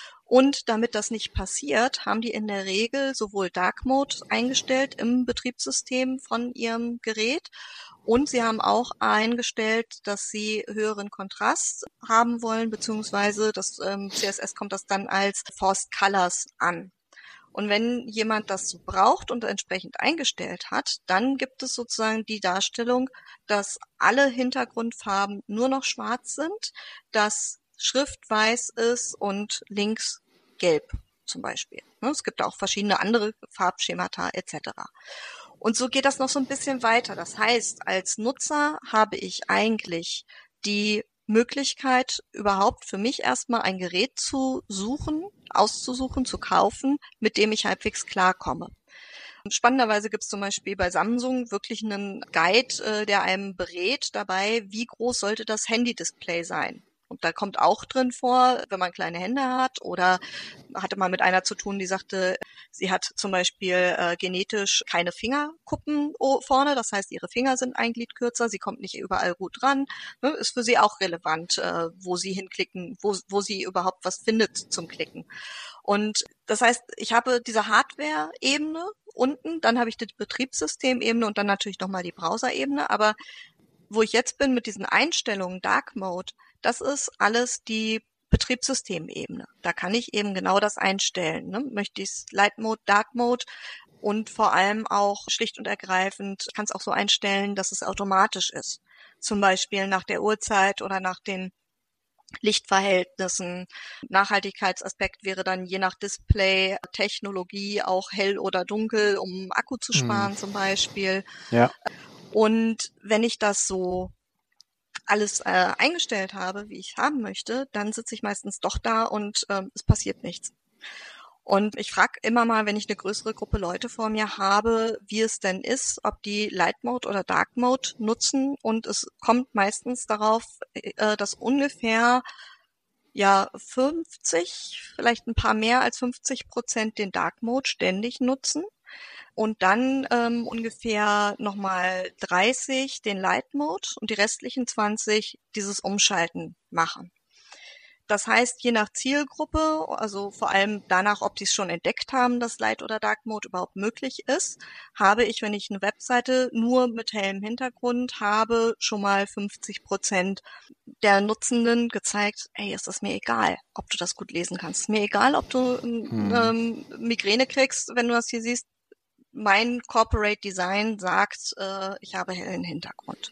Und damit das nicht passiert, haben die in der Regel sowohl Dark Mode eingestellt im Betriebssystem von ihrem Gerät und sie haben auch eingestellt, dass sie höheren Kontrast haben wollen, beziehungsweise das CSS kommt das dann als Forced Colors an. Und wenn jemand das so braucht und entsprechend eingestellt hat, dann gibt es sozusagen die Darstellung, dass alle Hintergrundfarben nur noch schwarz sind, dass Schrift weiß ist und links gelb zum Beispiel. Es gibt auch verschiedene andere Farbschemata etc. Und so geht das noch so ein bisschen weiter. Das heißt, als Nutzer habe ich eigentlich die Möglichkeit, überhaupt für mich erstmal ein Gerät zu suchen, auszusuchen, zu kaufen, mit dem ich halbwegs klarkomme. Spannenderweise gibt es zum Beispiel bei Samsung wirklich einen Guide, der einem berät dabei, wie groß sollte das Handy-Display sein. Und da kommt auch drin vor, wenn man kleine Hände hat oder hatte mal mit einer zu tun, die sagte, sie hat zum Beispiel genetisch keine Fingerkuppen vorne, das heißt, ihre Finger sind ein Glied kürzer, sie kommt nicht überall gut ran. Ne, ist für sie auch relevant, wo sie hinklicken, wo sie überhaupt was findet zum Klicken. Und das heißt, ich habe diese Hardware-Ebene unten, dann habe ich die Betriebssystemebene und dann natürlich nochmal die Browser-Ebene, aber wo ich jetzt bin mit diesen Einstellungen, Dark Mode, das ist alles die Betriebssystemebene. Da kann ich eben genau das einstellen. Ne? Möchte ich es Light Mode, Dark Mode und vor allem auch schlicht und ergreifend, ich kann es auch so einstellen, dass es automatisch ist. Zum Beispiel nach der Uhrzeit oder nach den Lichtverhältnissen. Nachhaltigkeitsaspekt wäre dann je nach Display, Technologie auch hell oder dunkel, um Akku zu sparen zum Beispiel. Ja. Und wenn ich das so alles eingestellt habe, wie ich haben möchte, dann sitze ich meistens doch da und es passiert nichts. Und ich frage immer mal, wenn ich eine größere Gruppe Leute vor mir habe, wie es denn ist, ob die Light Mode oder Dark Mode nutzen. Und es kommt meistens darauf, dass ungefähr 50, vielleicht ein paar mehr als 50% den Dark Mode ständig nutzen. Und dann ungefähr nochmal 30 den Light Mode und die restlichen 20 dieses Umschalten machen. Das heißt, je nach Zielgruppe, also vor allem danach, ob sie es schon entdeckt haben, dass Light oder Dark Mode überhaupt möglich ist, habe ich, wenn ich eine Webseite nur mit hellem Hintergrund habe, schon mal 50% der Nutzenden gezeigt, ey, ist das mir egal, ob du das gut lesen kannst. Ist mir egal, ob du Migräne kriegst, wenn du das hier siehst. Mein Corporate Design sagt, ich habe hellen Hintergrund.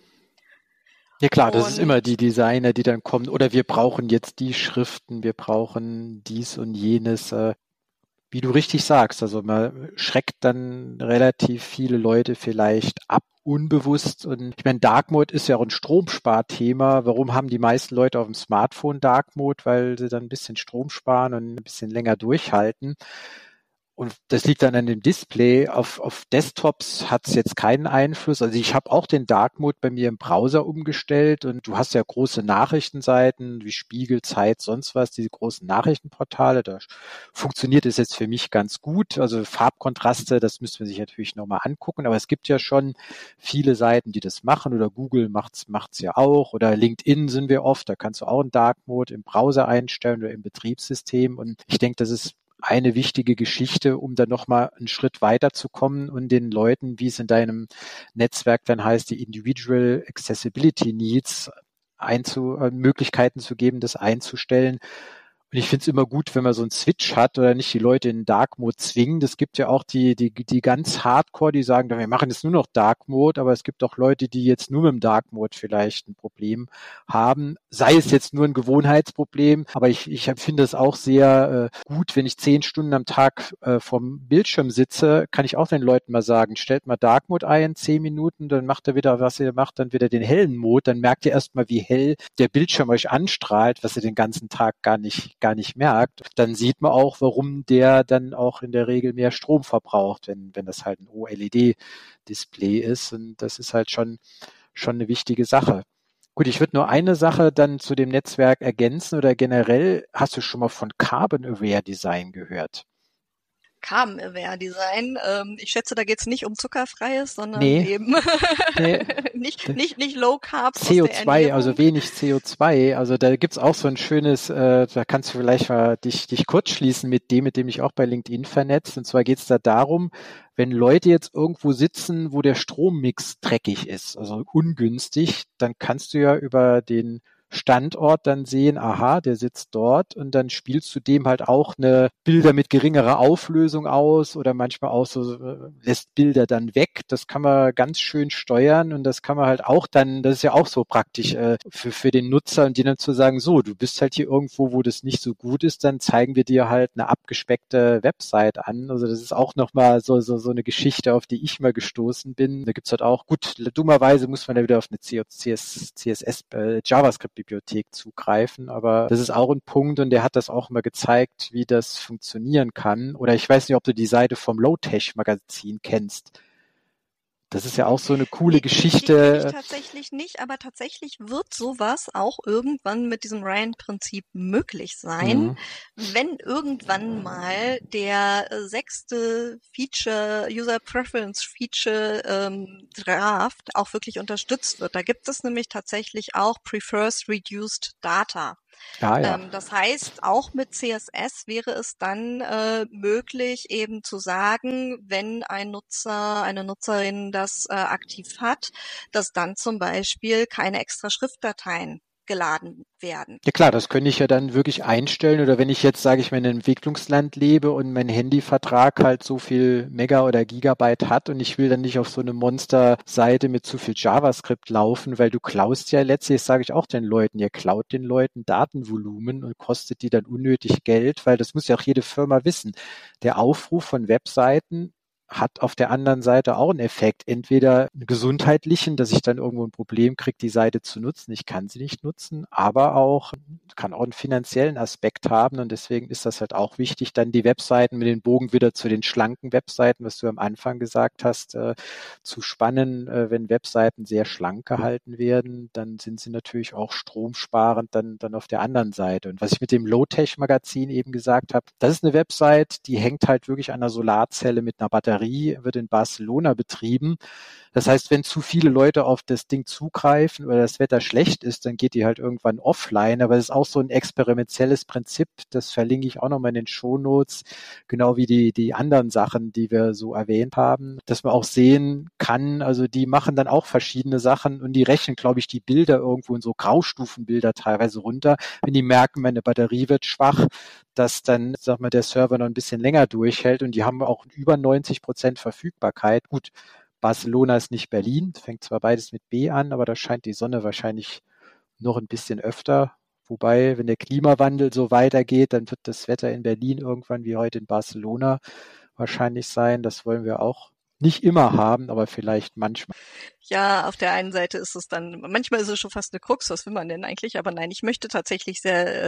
Ja klar, das ist immer die Designer, die dann kommen, oder wir brauchen jetzt die Schriften, wir brauchen dies und jenes. Wie du richtig sagst, also man schreckt dann relativ viele Leute vielleicht ab, unbewusst. Und ich meine, Dark Mode ist ja auch ein Stromsparthema. Warum haben die meisten Leute auf dem Smartphone Dark Mode? Weil sie dann ein bisschen Strom sparen und ein bisschen länger durchhalten. Und das liegt dann an dem Display. Auf Desktops hat es jetzt keinen Einfluss. Also ich habe auch den Dark Mode bei mir im Browser umgestellt und du hast ja große Nachrichtenseiten wie Spiegel, Zeit, sonst was, diese großen Nachrichtenportale. Da funktioniert es jetzt für mich ganz gut. Also Farbkontraste, das müsste man sich natürlich nochmal angucken. Aber es gibt ja schon viele Seiten, die das machen, oder Google macht's ja auch, oder LinkedIn sind wir oft. Da kannst du auch einen Dark Mode im Browser einstellen oder im Betriebssystem. Und ich denke, das ist eine wichtige Geschichte, um dann nochmal einen Schritt weiterzukommen und den Leuten, wie es in deinem Netzwerk dann heißt, die Individual Accessibility Needs Möglichkeiten zu geben, das einzustellen. Und ich finde es immer gut, wenn man so einen Switch hat oder nicht die Leute in Dark Mode zwingen. Es gibt ja auch die ganz Hardcore, die sagen, wir machen jetzt nur noch Dark Mode, aber es gibt auch Leute, die jetzt nur mit dem Dark Mode vielleicht ein Problem haben. Sei es jetzt nur ein Gewohnheitsproblem, aber ich finde es auch sehr gut, wenn ich 10 Stunden am Tag vom Bildschirm sitze, kann ich auch den Leuten mal sagen, stellt mal Dark Mode ein, 10 Minuten, dann macht er wieder, was ihr macht, dann wieder den hellen Mode, dann merkt ihr erstmal, wie hell der Bildschirm euch anstrahlt, was ihr den ganzen Tag gar nicht merkt, dann sieht man auch, warum der dann auch in der Regel mehr Strom verbraucht, wenn das halt ein OLED-Display ist. Und das ist halt schon eine wichtige Sache. Gut, ich würde nur eine Sache dann zu dem Netzwerk ergänzen, oder generell, hast du schon mal von Carbon Aware Design gehört? Carbon Aware Design. Ich schätze, da geht es nicht um Zuckerfreies, sondern eben nicht Low Carb. CO2, also wenig CO2. Also da gibt's auch so ein schönes, da kannst du vielleicht mal dich kurz schließen mit dem ich auch bei LinkedIn vernetzt. Und zwar geht's da darum, wenn Leute jetzt irgendwo sitzen, wo der Strommix dreckig ist, also ungünstig, dann kannst du ja über den Standort dann sehen, aha, der sitzt dort, und dann spielst du dem halt auch eine Bilder mit geringerer Auflösung aus oder manchmal auch so, lässt Bilder dann weg. Das kann man ganz schön steuern, und das kann man halt auch dann, das ist ja auch so praktisch für den Nutzer, und denen zu sagen, so, du bist halt hier irgendwo, wo das nicht so gut ist, dann zeigen wir dir halt eine abgespeckte Website an. Also das ist auch nochmal so eine Geschichte, auf die ich mal gestoßen bin. Da gibt's halt auch, gut, dummerweise muss man da wieder auf eine CSS, JavaScript-Bibliothek zugreifen, aber das ist auch ein Punkt, und der hat das auch mal gezeigt, wie das funktionieren kann. Oder ich weiß nicht, ob du die Seite vom Low-Tech-Magazin kennst. Das ist ja auch so eine coole Geschichte. Die kenne ich tatsächlich nicht, aber tatsächlich wird sowas auch irgendwann mit diesem Ryan-Prinzip möglich sein, wenn irgendwann mal der 6. Feature, User Preference Feature Draft auch wirklich unterstützt wird. Da gibt es nämlich tatsächlich auch Prefers Reduced Data. Ja. Das heißt, auch mit CSS wäre es dann möglich, eben zu sagen, wenn ein Nutzer, eine Nutzerin das aktiv hat, dass dann zum Beispiel keine extra Schriftdateien geladen werden. Ja klar, das könnte ich ja dann wirklich einstellen. Oder wenn ich jetzt, sage ich mal, in einem Entwicklungsland lebe und mein Handyvertrag halt so viel Mega oder Gigabyte hat, und ich will dann nicht auf so eine Monsterseite mit zu viel JavaScript laufen, weil du klaust ja letztlich, sage ich auch den Leuten, ihr klaut den Leuten Datenvolumen und kostet die dann unnötig Geld, weil das muss ja auch jede Firma wissen. Der Aufruf von Webseiten hat auf der anderen Seite auch einen Effekt. Entweder einen gesundheitlichen, dass ich dann irgendwo ein Problem kriege, die Seite zu nutzen. Ich kann sie nicht nutzen, aber auch kann auch einen finanziellen Aspekt haben. Und deswegen ist das halt auch wichtig, dann die Webseiten mit den Bogen wieder zu den schlanken Webseiten, was du am Anfang gesagt hast, zu spannen. Wenn Webseiten sehr schlank gehalten werden, dann sind sie natürlich auch stromsparend dann auf der anderen Seite. Und was ich mit dem Low-Tech-Magazin eben gesagt habe, das ist eine Website, die hängt halt wirklich an einer Solarzelle mit einer Batterie, wird in Barcelona betrieben. Das heißt, wenn zu viele Leute auf das Ding zugreifen oder das Wetter schlecht ist, dann geht die halt irgendwann offline. Aber es ist auch so ein experimentelles Prinzip. Das verlinke ich auch nochmal in den Shownotes, genau wie die anderen Sachen, die wir so erwähnt haben, dass man auch sehen kann, also die machen dann auch verschiedene Sachen und die rechnen, glaube ich, die Bilder irgendwo in so Graustufenbilder teilweise runter. Wenn die merken, meine Batterie wird schwach, dass dann, sag mal, der Server noch ein bisschen länger durchhält und die haben auch über 90% Verfügbarkeit. Gut, Barcelona ist nicht Berlin, fängt zwar beides mit B an, aber da scheint die Sonne wahrscheinlich noch ein bisschen öfter. Wobei, wenn der Klimawandel so weitergeht, dann wird das Wetter in Berlin irgendwann wie heute in Barcelona wahrscheinlich sein. Das wollen wir auch nicht immer haben, aber vielleicht manchmal. Ja, auf der einen Seite ist es dann, manchmal ist es schon fast eine Krux, was will man denn eigentlich? Aber nein, ich möchte tatsächlich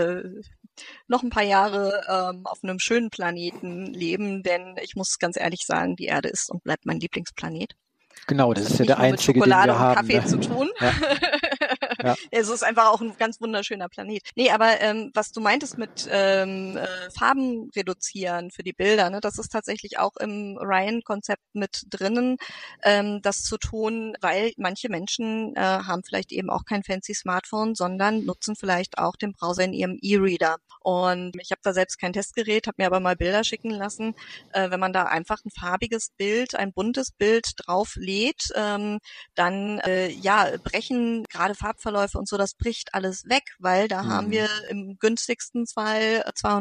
noch ein paar Jahre auf einem schönen Planeten leben, denn ich muss ganz ehrlich sagen, die Erde ist und bleibt mein Lieblingsplanet. Genau, das Das ist hat ja nicht der nur mit einzige, den Schokolade wir und haben. Kaffee Ne? zu tun. Ja, ja. Es ist einfach auch ein ganz wunderschöner Planet. Nee, aber was du meintest mit Farben reduzieren für die Bilder, ne, das ist tatsächlich auch im Ryan-Konzept mit drinnen, das zu tun, weil manche Menschen haben vielleicht eben auch kein fancy Smartphone, sondern nutzen vielleicht auch den Browser in ihrem E-Reader. Und ich habe da selbst kein Testgerät, habe mir aber mal Bilder schicken lassen. Wenn man da einfach ein farbiges Bild, ein buntes Bild drauf lädt, dann brechen gerade Farbverläufe und so, das bricht alles weg, weil da haben wir im günstigsten Fall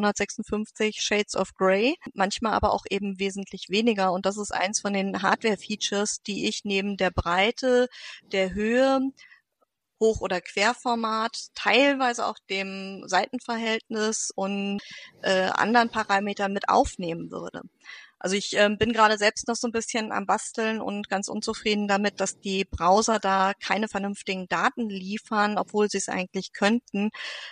256 Shades of Grey, manchmal aber auch eben wesentlich weniger. Und das ist eins von den Hardware-Features, die ich neben der Breite, der Höhe, Hoch- oder Querformat, teilweise auch dem Seitenverhältnis und anderen Parametern mit aufnehmen würde. Also ich bin gerade selbst noch so ein bisschen am Basteln und ganz unzufrieden damit, dass die Browser da keine vernünftigen Daten liefern, obwohl sie es eigentlich könnten,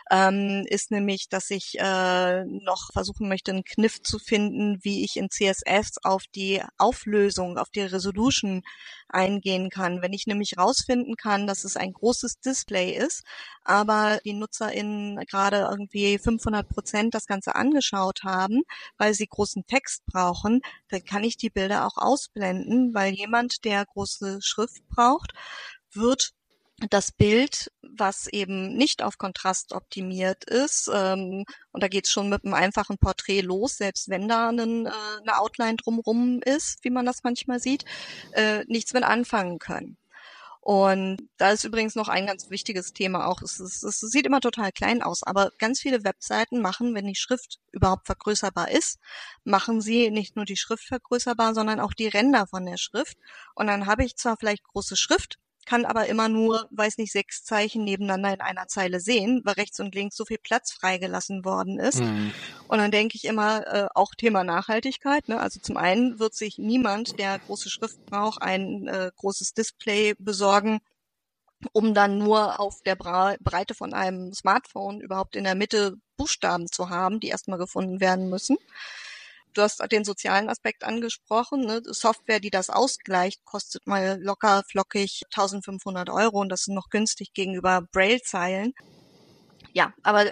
ist nämlich, dass ich noch versuchen möchte, einen Kniff zu finden, wie ich in CSS auf die Auflösung, auf die Resolution eingehen kann. Wenn ich nämlich rausfinden kann, dass es ein großes Display ist, aber die NutzerInnen gerade irgendwie 500% das Ganze angeschaut haben, weil sie großen Text brauchen, dann kann ich die Bilder auch ausblenden, weil jemand, der große Schrift braucht, wird das Bild, was eben nicht auf Kontrast optimiert ist, und da geht's schon mit einem einfachen Porträt los, selbst wenn da eine Outline drumrum ist, wie man das manchmal sieht, nichts mit anfangen können. Und da ist übrigens noch ein ganz wichtiges Thema auch. Es sieht immer total klein aus, aber ganz viele Webseiten machen, wenn die Schrift überhaupt vergrößerbar ist, machen sie nicht nur die Schrift vergrößerbar, sondern auch die Ränder von der Schrift. Und dann habe ich zwar vielleicht große Schrift, kann aber immer nur, weiß nicht, 6 Zeichen nebeneinander in einer Zeile sehen, weil rechts und links so viel Platz freigelassen worden ist. Und dann denke ich immer, auch Thema Nachhaltigkeit, ne? Also zum einen wird sich niemand, der große Schrift braucht, ein großes Display besorgen, um dann nur auf der Breite von einem Smartphone überhaupt in der Mitte Buchstaben zu haben, die erstmal gefunden werden müssen. Du hast den sozialen Aspekt angesprochen. Ne? Software, die das ausgleicht, kostet mal locker flockig 1.500 € und das ist noch günstig gegenüber Braille-Zeilen. Ja, aber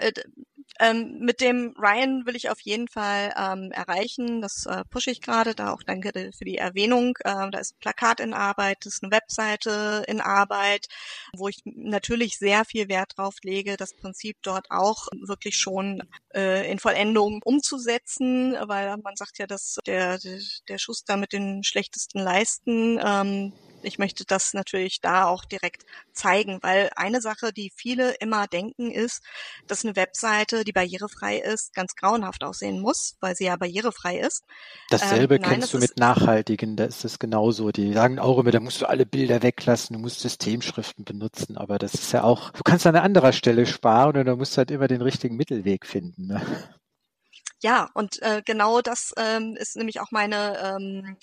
mit dem Ryan will ich auf jeden Fall erreichen. Das pushe ich gerade. Da auch danke für die Erwähnung. Da ist ein Plakat in Arbeit, das ist eine Webseite in Arbeit, wo ich natürlich sehr viel Wert drauf lege, das Prinzip dort auch wirklich schon in Vollendung umzusetzen, weil man sagt ja, dass der Schuster mit den schlechtesten Leisten. Ich möchte das natürlich da auch direkt zeigen, weil eine Sache, die viele immer denken, ist, dass eine Webseite, die barrierefrei ist, ganz grauenhaft aussehen muss, weil sie ja barrierefrei ist. Dasselbe Nein, kennst du mit Nachhaltigen, da ist es genauso. Die sagen auch immer, da musst du alle Bilder weglassen, du musst Systemschriften benutzen, aber das ist ja auch, du kannst an einer anderen Stelle sparen und du musst halt immer den richtigen Mittelweg finden. Ne? Ja, und genau das ist nämlich auch meine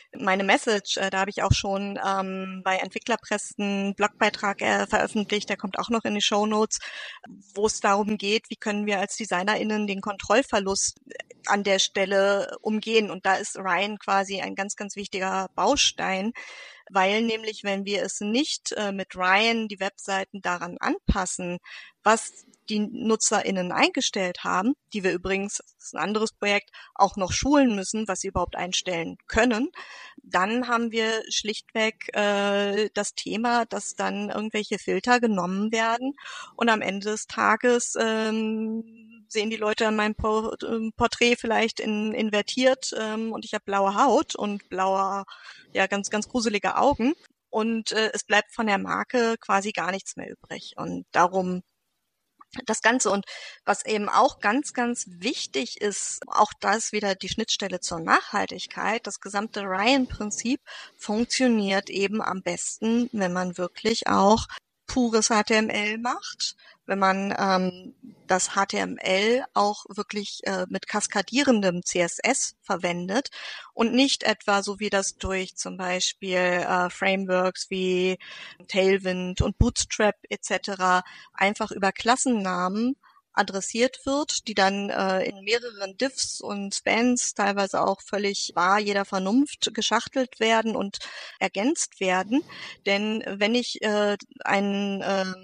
meine Message, da habe ich auch schon bei Entwicklerpress einen Blogbeitrag veröffentlicht, der kommt auch noch in die Shownotes, wo es darum geht, wie können wir als DesignerInnen den Kontrollverlust an der Stelle umgehen. Und da ist Ryan quasi ein ganz, ganz wichtiger Baustein, weil nämlich, wenn wir es nicht mit Ryan die Webseiten daran anpassen, was die NutzerInnen eingestellt haben, die wir übrigens, das ist ein anderes Projekt, auch noch schulen müssen, was sie überhaupt einstellen können, dann haben wir schlichtweg das Thema, dass dann irgendwelche Filter genommen werden und am Ende des Tages sehen die Leute an meinem Porträt vielleicht invertiert und ich habe blaue Haut und blaue, ja, ganz, ganz gruselige Augen und es bleibt von der Marke quasi gar nichts mehr übrig. Und darum das Ganze. Und was eben auch ganz, ganz wichtig ist, auch da ist wieder die Schnittstelle zur Nachhaltigkeit. Das gesamte Ryan-Prinzip funktioniert eben am besten, wenn man wirklich auch pures HTML macht, wenn man das HTML auch wirklich mit kaskadierendem CSS verwendet und nicht etwa so wie das durch zum Beispiel Frameworks wie Tailwind und Bootstrap etc. einfach über Klassennamen adressiert wird, die dann in mehreren Diffs und Spans teilweise auch völlig bar jeder Vernunft geschachtelt werden und ergänzt werden. Denn wenn ich ein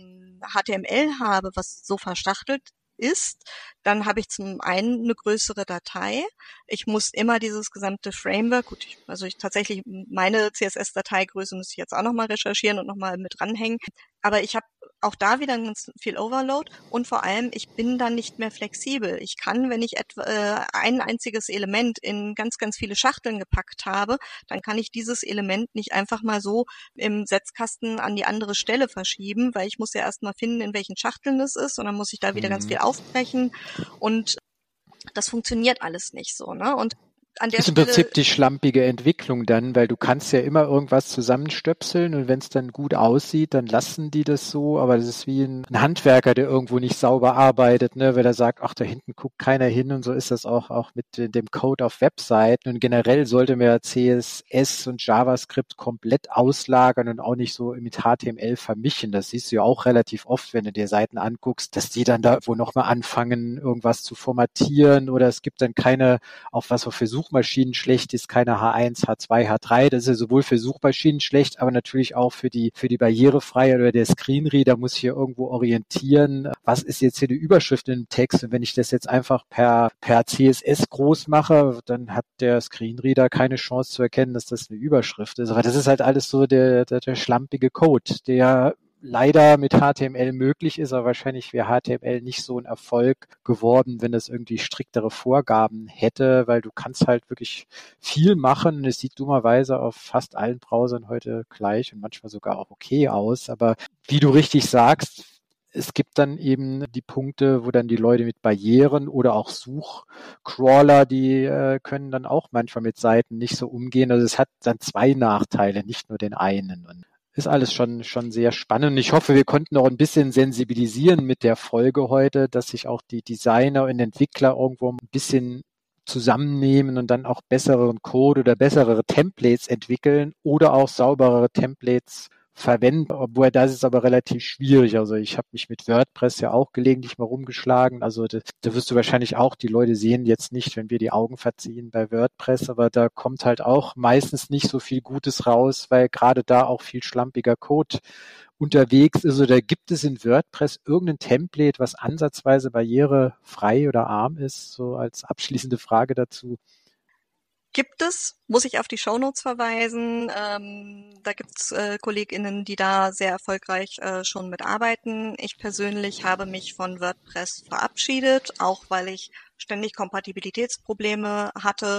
HTML habe, was so verschachtelt ist, dann habe ich zum einen eine größere Datei. Ich muss immer dieses gesamte Framework, gut, tatsächlich meine CSS-Dateigröße müsste ich jetzt auch nochmal recherchieren und nochmal mit dranhängen. Aber ich habe auch da wieder ganz viel Overload und vor allem, ich bin dann nicht mehr flexibel. Ich kann, wenn ich etwa ein einziges Element in ganz, ganz viele Schachteln gepackt habe, dann kann ich dieses Element nicht einfach mal so im Setzkasten an die andere Stelle verschieben, weil ich muss ja erst mal finden, in welchen Schachteln es ist und dann muss ich da wieder ganz viel aufbrechen und das funktioniert alles nicht so, ne? Und an der Ist im Stelle Prinzip die schlampige Entwicklung dann, weil du kannst ja immer irgendwas zusammenstöpseln und wenn es dann gut aussieht, dann lassen die das so, aber das ist wie ein Handwerker, der irgendwo nicht sauber arbeitet, ne, weil er sagt, ach, da hinten guckt keiner hin und so ist das auch mit dem Code auf Webseiten und generell sollte man ja CSS und JavaScript komplett auslagern und auch nicht so mit HTML vermischen. Das siehst du ja auch relativ oft, wenn du dir Seiten anguckst, dass die dann da wo nochmal anfangen, irgendwas zu formatieren oder es gibt dann keine, auch was für Suchmaschinen schlecht ist, keine H1, H2, H3. Das ist ja sowohl für Suchmaschinen schlecht, aber natürlich auch für die Barrierefreiheit oder der Screenreader muss hier irgendwo orientieren. Was ist jetzt hier die Überschrift in dem Text? Und wenn ich das jetzt einfach per CSS groß mache, dann hat der Screenreader keine Chance zu erkennen, dass das eine Überschrift ist. Aber das ist halt alles so der schlampige Code, der leider mit HTML möglich ist, aber wahrscheinlich wäre HTML nicht so ein Erfolg geworden, wenn es irgendwie striktere Vorgaben hätte, weil du kannst halt wirklich viel machen. Es sieht dummerweise auf fast allen Browsern heute gleich und manchmal sogar auch okay aus. Aber wie du richtig sagst, es gibt dann eben die Punkte, wo dann die Leute mit Barrieren oder auch Suchcrawler, die können dann auch manchmal mit Seiten nicht so umgehen. Also es hat dann zwei Nachteile, nicht nur den einen. Und ist alles schon sehr spannend. Und ich hoffe, wir konnten auch ein bisschen sensibilisieren mit der Folge heute, dass sich auch die Designer und Entwickler irgendwo ein bisschen zusammennehmen und dann auch besseren Code oder bessere Templates entwickeln oder auch sauberere Templates verwenden, obwohl das ist aber relativ schwierig. Also ich habe mich mit WordPress ja auch gelegentlich mal rumgeschlagen. Also da wirst du wahrscheinlich auch, die Leute sehen jetzt nicht, wenn wir die Augen verziehen bei WordPress, aber da kommt halt auch meistens nicht so viel Gutes raus, weil gerade da auch viel schlampiger Code unterwegs ist. Oder gibt es in WordPress irgendein Template, was ansatzweise barrierefrei oder arm ist? So als abschließende Frage dazu. gibt es, muss ich auf die Shownotes verweisen. Da gibt's KollegInnen, die da sehr erfolgreich schon mitarbeiten. Ich persönlich habe mich von WordPress verabschiedet, auch weil ich ständig Kompatibilitätsprobleme hatte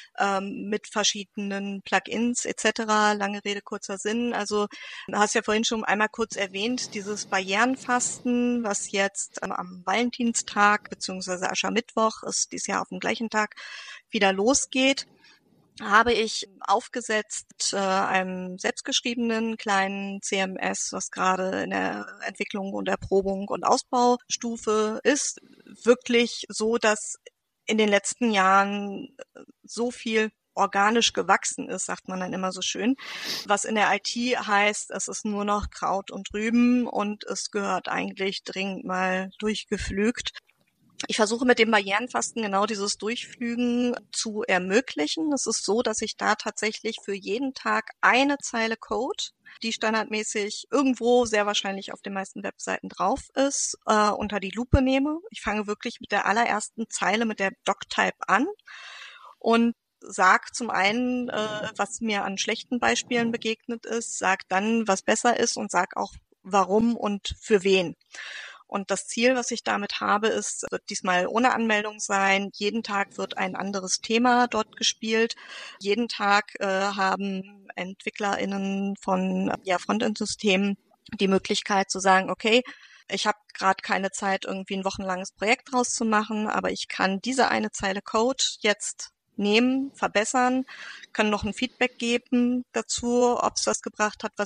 mit verschiedenen Plugins etc. Lange Rede, kurzer Sinn. Also du hast ja vorhin schon einmal kurz erwähnt, dieses Barrierenfasten, was jetzt am Valentinstag bzw. Aschermittwoch ist dieses Jahr auf dem gleichen Tag wieder losgeht, habe ich aufgesetzt einem selbstgeschriebenen kleinen CMS, was gerade in der Entwicklung und Erprobung und Ausbaustufe ist, wirklich so, dass in den letzten Jahren so viel organisch gewachsen ist, sagt man dann immer so schön. Was in der IT heißt, es ist nur noch Kraut und Rüben und es gehört eigentlich dringend mal durchgepflügt. Ich versuche mit dem Barrierenfasten genau dieses Durchflügen zu ermöglichen. Es ist so, dass ich da tatsächlich für jeden Tag eine Zeile Code, die standardmäßig irgendwo sehr wahrscheinlich auf den meisten Webseiten drauf ist, unter die Lupe nehme. Ich fange wirklich mit der allerersten Zeile, mit der Doctype an und sag zum einen, was mir an schlechten Beispielen begegnet ist, sag dann, was besser ist und sag auch, warum und für wen. Und das Ziel, was ich damit habe, wird diesmal ohne Anmeldung sein. Jeden Tag wird ein anderes Thema dort gespielt. Jeden Tag haben EntwicklerInnen von Frontend-Systemen die Möglichkeit zu sagen, okay, ich habe gerade keine Zeit, irgendwie ein wochenlanges Projekt draus zu machen, aber ich kann diese eine Zeile Code jetzt nehmen, verbessern, können noch ein Feedback geben dazu, ob es was gebracht hat,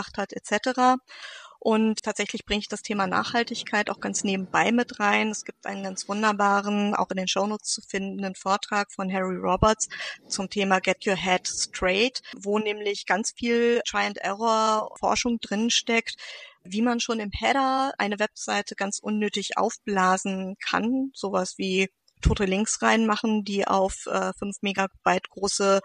etc. Und tatsächlich bringe ich das Thema Nachhaltigkeit auch ganz nebenbei mit rein. Es gibt einen ganz wunderbaren, auch in den Shownotes zu findenden Vortrag von Harry Roberts zum Thema Get Your Head Straight, wo nämlich ganz viel Try-and-Error-Forschung drinsteckt, wie man schon im Header eine Webseite ganz unnötig aufblasen kann. Sowas wie tote Links reinmachen, die auf 5 Megabyte große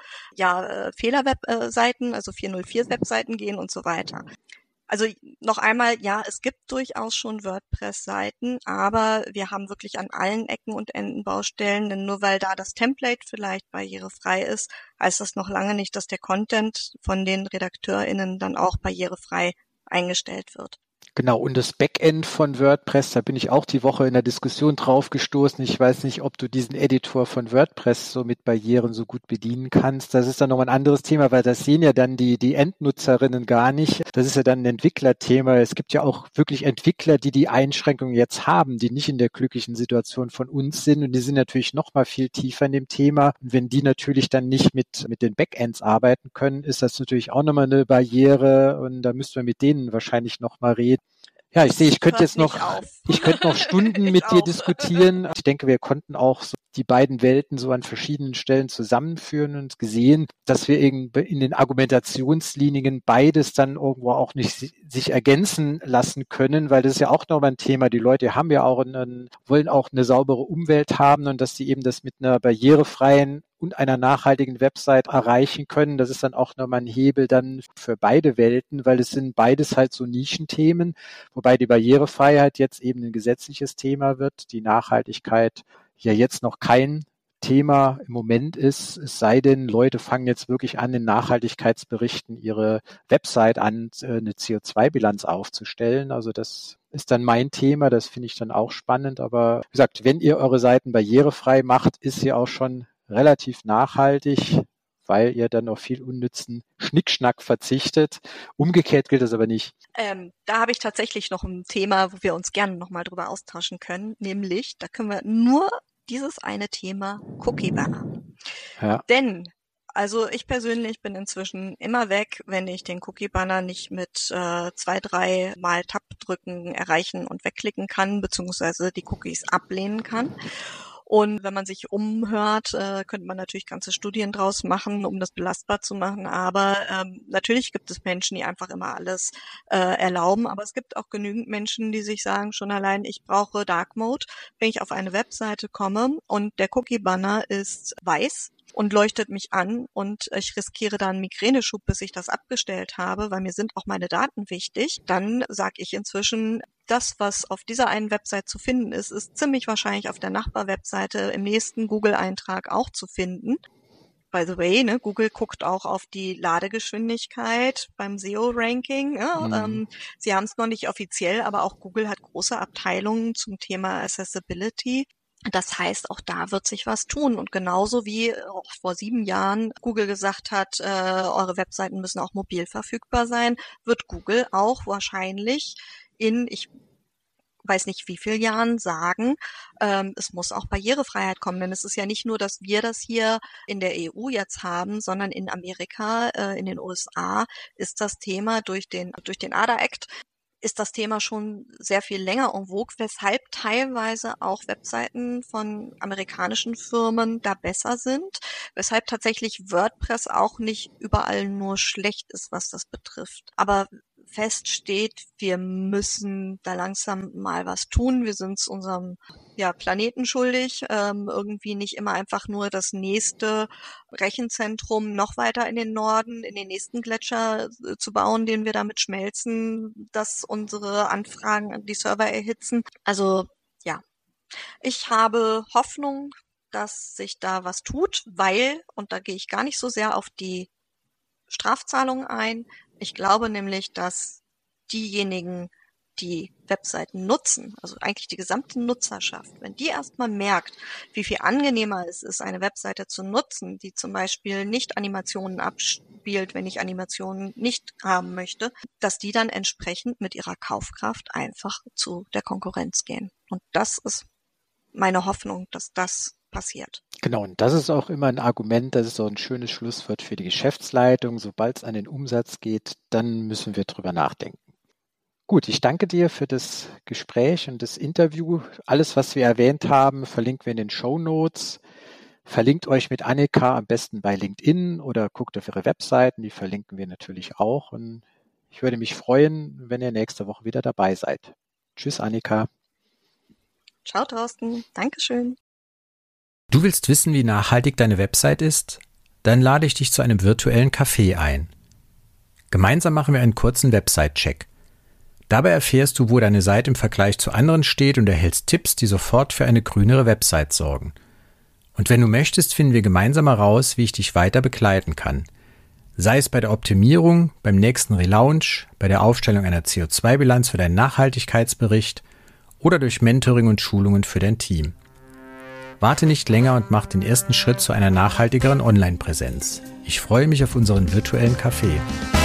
Fehler-Webseiten, also 404-Webseiten gehen und so weiter. Also noch einmal, ja, es gibt durchaus schon WordPress-Seiten, aber wir haben wirklich an allen Ecken und Enden Baustellen, denn nur weil da das Template vielleicht barrierefrei ist, heißt das noch lange nicht, dass der Content von den RedakteurInnen dann auch barrierefrei eingestellt wird. Genau, und das Backend von WordPress, da bin ich auch die Woche in der Diskussion drauf gestoßen. Ich weiß nicht, ob du diesen Editor von WordPress so mit Barrieren so gut bedienen kannst. Das ist dann noch ein anderes Thema, weil das sehen ja dann die Endnutzerinnen gar nicht. Das ist ja dann ein Entwicklerthema. Es gibt ja auch wirklich Entwickler, die Einschränkungen jetzt haben, die nicht in der glücklichen Situation von uns sind. Und die sind natürlich noch mal viel tiefer in dem Thema. Und wenn die natürlich dann nicht mit den Backends arbeiten können, ist das natürlich auch nochmal eine Barriere. Und da müssten wir mit denen wahrscheinlich noch mal reden. Ja, ich sehe, ich könnte noch Stunden mit dir diskutieren. Ich denke, wir konnten auch so die beiden Welten so an verschiedenen Stellen zusammenführen und gesehen, dass wir in den Argumentationslinien beides dann irgendwo auch nicht sich ergänzen lassen können, weil das ist ja auch nochmal ein Thema. Die Leute haben ja auch wollen auch eine saubere Umwelt haben und dass sie eben das mit einer barrierefreien und einer nachhaltigen Website erreichen können. Das ist dann auch nochmal ein Hebel dann für beide Welten, weil es sind beides halt so Nischenthemen, wobei die Barrierefreiheit jetzt eben ein gesetzliches Thema wird, die Nachhaltigkeit ja jetzt noch kein Thema im Moment ist, es sei denn, Leute fangen jetzt wirklich an, in Nachhaltigkeitsberichten ihre Website an, eine CO2-Bilanz aufzustellen. Also das ist dann mein Thema, das finde ich dann auch spannend. Aber wie gesagt, wenn ihr eure Seiten barrierefrei macht, ist sie auch schon relativ nachhaltig, weil ihr dann auf viel unnützen Schnickschnack verzichtet. Umgekehrt gilt das aber nicht. Da habe ich tatsächlich noch ein Thema, wo wir uns gerne nochmal drüber austauschen können, nämlich, da können wir nur dieses eine Thema Cookie-Banner. Ja. Denn, also ich persönlich bin inzwischen immer weg, wenn ich den Cookie-Banner nicht mit 2-3 Mal Tab drücken, erreichen und wegklicken kann, beziehungsweise die Cookies ablehnen kann. Und wenn man sich umhört, könnte man natürlich ganze Studien draus machen, um das belastbar zu machen. Aber natürlich gibt es Menschen, die einfach immer alles erlauben. Aber es gibt auch genügend Menschen, die sich sagen, schon allein, ich brauche Dark Mode, wenn ich auf eine Webseite komme und der Cookie-Banner ist weiß und leuchtet mich an und ich riskiere da einen Migräneschub, bis ich das abgestellt habe, weil mir sind auch meine Daten wichtig, dann sage ich inzwischen, das, was auf dieser einen Website zu finden ist, ist ziemlich wahrscheinlich auf der Nachbarwebseite im nächsten Google-Eintrag auch zu finden. By the way, ne, Google guckt auch auf die Ladegeschwindigkeit beim SEO-Ranking. Ja, sie haben es noch nicht offiziell, aber auch Google hat große Abteilungen zum Thema Accessibility. Das heißt, auch da wird sich was tun. Und genauso wie auch vor 7 Jahren Google gesagt hat, eure Webseiten müssen auch mobil verfügbar sein, wird Google auch wahrscheinlich ich weiß nicht wie viel Jahren sagen, es muss auch Barrierefreiheit kommen. Denn es ist ja nicht nur, dass wir das hier in der EU jetzt haben, sondern in Amerika, in den USA ist das Thema durch den ADA Act ist das Thema schon sehr viel länger en vogue, weshalb teilweise auch Webseiten von amerikanischen Firmen da besser sind, weshalb tatsächlich WordPress auch nicht überall nur schlecht ist, was das betrifft. Aber fest steht, wir müssen da langsam mal was tun. Wir sind es unserem Planeten schuldig, irgendwie nicht immer einfach nur das nächste Rechenzentrum noch weiter in den Norden, in den nächsten Gletscher zu bauen, den wir damit schmelzen, dass unsere Anfragen die Server erhitzen. Also ja, ich habe Hoffnung, dass sich da was tut, weil, und da gehe ich gar nicht so sehr auf die Strafzahlungen ein, ich glaube nämlich, dass diejenigen, die Webseiten nutzen, also eigentlich die gesamte Nutzerschaft, wenn die erstmal merkt, wie viel angenehmer es ist, eine Webseite zu nutzen, die zum Beispiel nicht Animationen abspielt, wenn ich Animationen nicht haben möchte, dass die dann entsprechend mit ihrer Kaufkraft einfach zu der Konkurrenz gehen. Und das ist meine Hoffnung, dass das passiert. Genau, und das ist auch immer ein Argument, das ist so ein schönes Schlusswort für die Geschäftsleitung. Sobald es an den Umsatz geht, dann müssen wir drüber nachdenken. Gut, ich danke dir für das Gespräch und das Interview. Alles, was wir erwähnt haben, verlinken wir in den Shownotes. Verlinkt euch mit Annika am besten bei LinkedIn oder guckt auf ihre Webseiten, die verlinken wir natürlich auch. Und ich würde mich freuen, wenn ihr nächste Woche wieder dabei seid. Tschüss, Annika. Ciao, Thorsten. Dankeschön. Du willst wissen, wie nachhaltig deine Website ist? Dann lade ich dich zu einem virtuellen Café ein. Gemeinsam machen wir einen kurzen Website-Check. Dabei erfährst du, wo deine Seite im Vergleich zu anderen steht und erhältst Tipps, die sofort für eine grünere Website sorgen. Und wenn du möchtest, finden wir gemeinsam heraus, wie ich dich weiter begleiten kann. Sei es bei der Optimierung, beim nächsten Relaunch, bei der Aufstellung einer CO2-Bilanz für deinen Nachhaltigkeitsbericht oder durch Mentoring und Schulungen für dein Team. Warte nicht länger und mach den ersten Schritt zu einer nachhaltigeren Online-Präsenz. Ich freue mich auf unseren virtuellen Café.